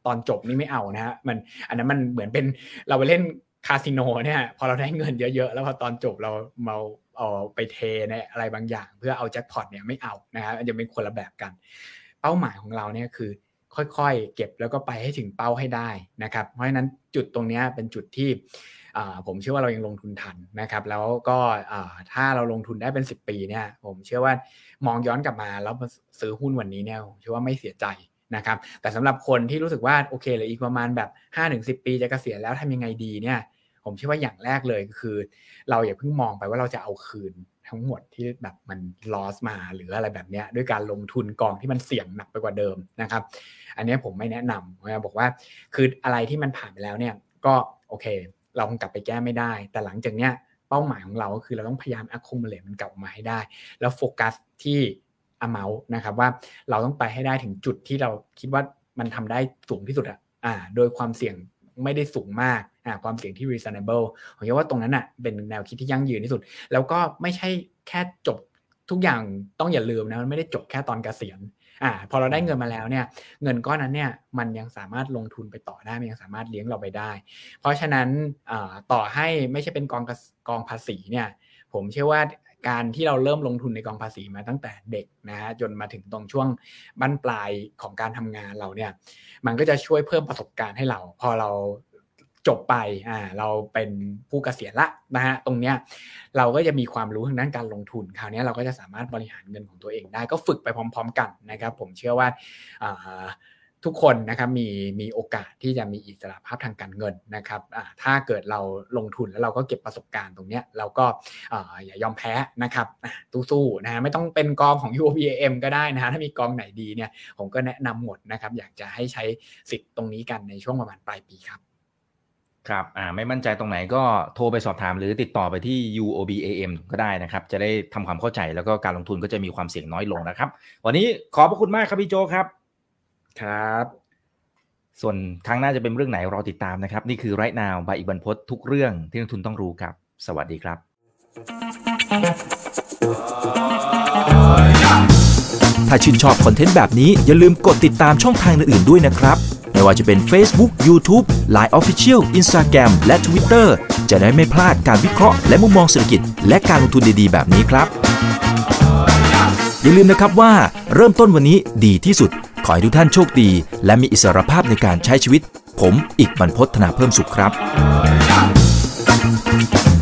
ตอนจบนี่ไม่เอานะฮะอันนั้นมันเหมือนเป็นเราไปเล่นคาสิโนเนี่ยพอเราได้เงินเยอะๆแล้วพอตอนจบเราเอาไปเทในอะไรบางอย่างเพื่อเอาแจ็คพอตเนี่ยไม่เอานะครับมันจะเป็นคนละแบบกันเป้าหมายของเราเนี่ยคือค่อยๆเก็บแล้วก็ไปให้ถึงเป้าให้ได้นะครับเพราะฉะนั้นจุดตรงนี้เป็นจุดที่ผมเชื่อว่าเรายังลงทุนทันนะครับแล้วก็ถ้าเราลงทุนได้เป็น10 ปีเนี่ยผมเชื่อว่ามองย้อนกลับมาแล้วซื้อหุ้นวันนี้เนี่ยผมเชื่อว่าไม่เสียใจนะครับแต่สำหรับคนที่รู้สึกว่าโอเคเหลืออีกประมาณแบบ 5-10 ปีจะเกษียณแล้วทำยังไงดีเนี่ยผมเชื่อว่าอย่างแรกเลยคือเราอย่าเพิ่งมองไปว่าเราจะเอาคืนทั้งหมดที่แบบมัน loss มาหรืออะไรแบบนี้ด้วยการลงทุนกองที่มันเสี่ยงหนักไปกว่าเดิมนะครับอันนี้ผมไม่แนะนำนะบอกว่าคืออะไรที่มันผ่านไปแล้วเนี่ยก็โอเคเราคงกลับไปแก้ไม่ได้แต่หลังจากเนี้ยเป้าหมายของเราก็คือเราต้องพยายาม accumulate มันกลับมาให้ได้แล้วโฟกัสที่ amount นะครับว่าเราต้องไปให้ได้ถึงจุดที่เราคิดว่ามันทำได้สูงที่สุดโดยความเสี่ยงไม่ได้สูงมากความเสี่ยงที่ reasonable ผมคิดว่าตรงนั้นเป็นแนวคิดที่ยั่งยืนที่สุดแล้วก็ไม่ใช่แค่จบทุกอย่างต้องอย่าลืมนะมันไม่ได้จบแค่ตอนเกษียณพอเราได้เงินมาแล้วเนี่ยเงินก้อนนั้นเนี่ยมันยังสามารถลงทุนไปต่อได้มันยังสามารถเลี้ยงเราไปได้เพราะฉะนั้นต่อให้ไม่ใช่เป็นกองภาษีเนี่ยผมเชื่อว่าการที่เราเริ่มลงทุนในกองภาษีมาตั้งแต่เด็กนะฮะจนมาถึงตรงช่วงบั้นปลายของการทำงานเราเนี่ยมันก็จะช่วยเพิ่มประสบการณ์ให้เราพอเราจบไปเราเป็นผู้เกษียณละนะฮะตรงเนี้ยเราก็จะมีความรู้ทางด้านการลงทุนคราวนี้เราก็จะสามารถบริหารเงินของตัวเองได้ก็ฝึกไปพร้อมๆกันนะครับผมเชื่อว่าทุกคนนะครับมีโอกาสที่จะมีอิสรภาพทางการเงินนะครับถ้าเกิดเราลงทุนแล้วเราก็เก็บประสบการณ์ตรงเนี้ยเราก็อย่ายอมแพ้นะครับสู้ๆนะฮะไม่ต้องเป็นกองของ UOBAM ก็ได้นะฮะถ้ามีกองไหนดีเนี่ยผมก็แนะนำหมดนะครับอยากจะให้ใช้สิทธิ์ตรงนี้กันในช่วงประมาณปลายปีครับครับไม่มั่นใจตรงไหนก็โทรไปสอบถามหรือติดต่อไปที่ UOBAM ก็ได้นะครับจะได้ทำความเข้าใจแล้วก็การลงทุนก็จะมีความเสี่ยงน้อยลงนะครับวันนี้ขอบพระคุณมากครับพี่โจครับครับส่วนครั้งหน้าจะเป็นเรื่องไหนรอติดตามนะครับนี่คือ Right Now บายอีกบรรพตทุกเรื่องที่นักทุนต้องรู้ครับสวัสดีครับถ้าชื่นชอบคอนเทนต์แบบนี้อย่าลืมกดติดตามช่องทางอื่นๆด้วยนะครับไม่ว่าจะเป็น Facebook, YouTube, Line Official, Instagram และ Twitter จะได้ไม่พลาดการวิเคราะห์และมุมมองเศรษฐกิจและการลงทุนดีๆแบบนี้ครับอย่าลืมนะครับว่าเริ่มต้นวันนี้ดีที่สุดขอให้ทุกท่านโชคดีและมีอิสรภาพในการใช้ชีวิตผมอีกบรรพต ธนาเพิ่มสุขครับ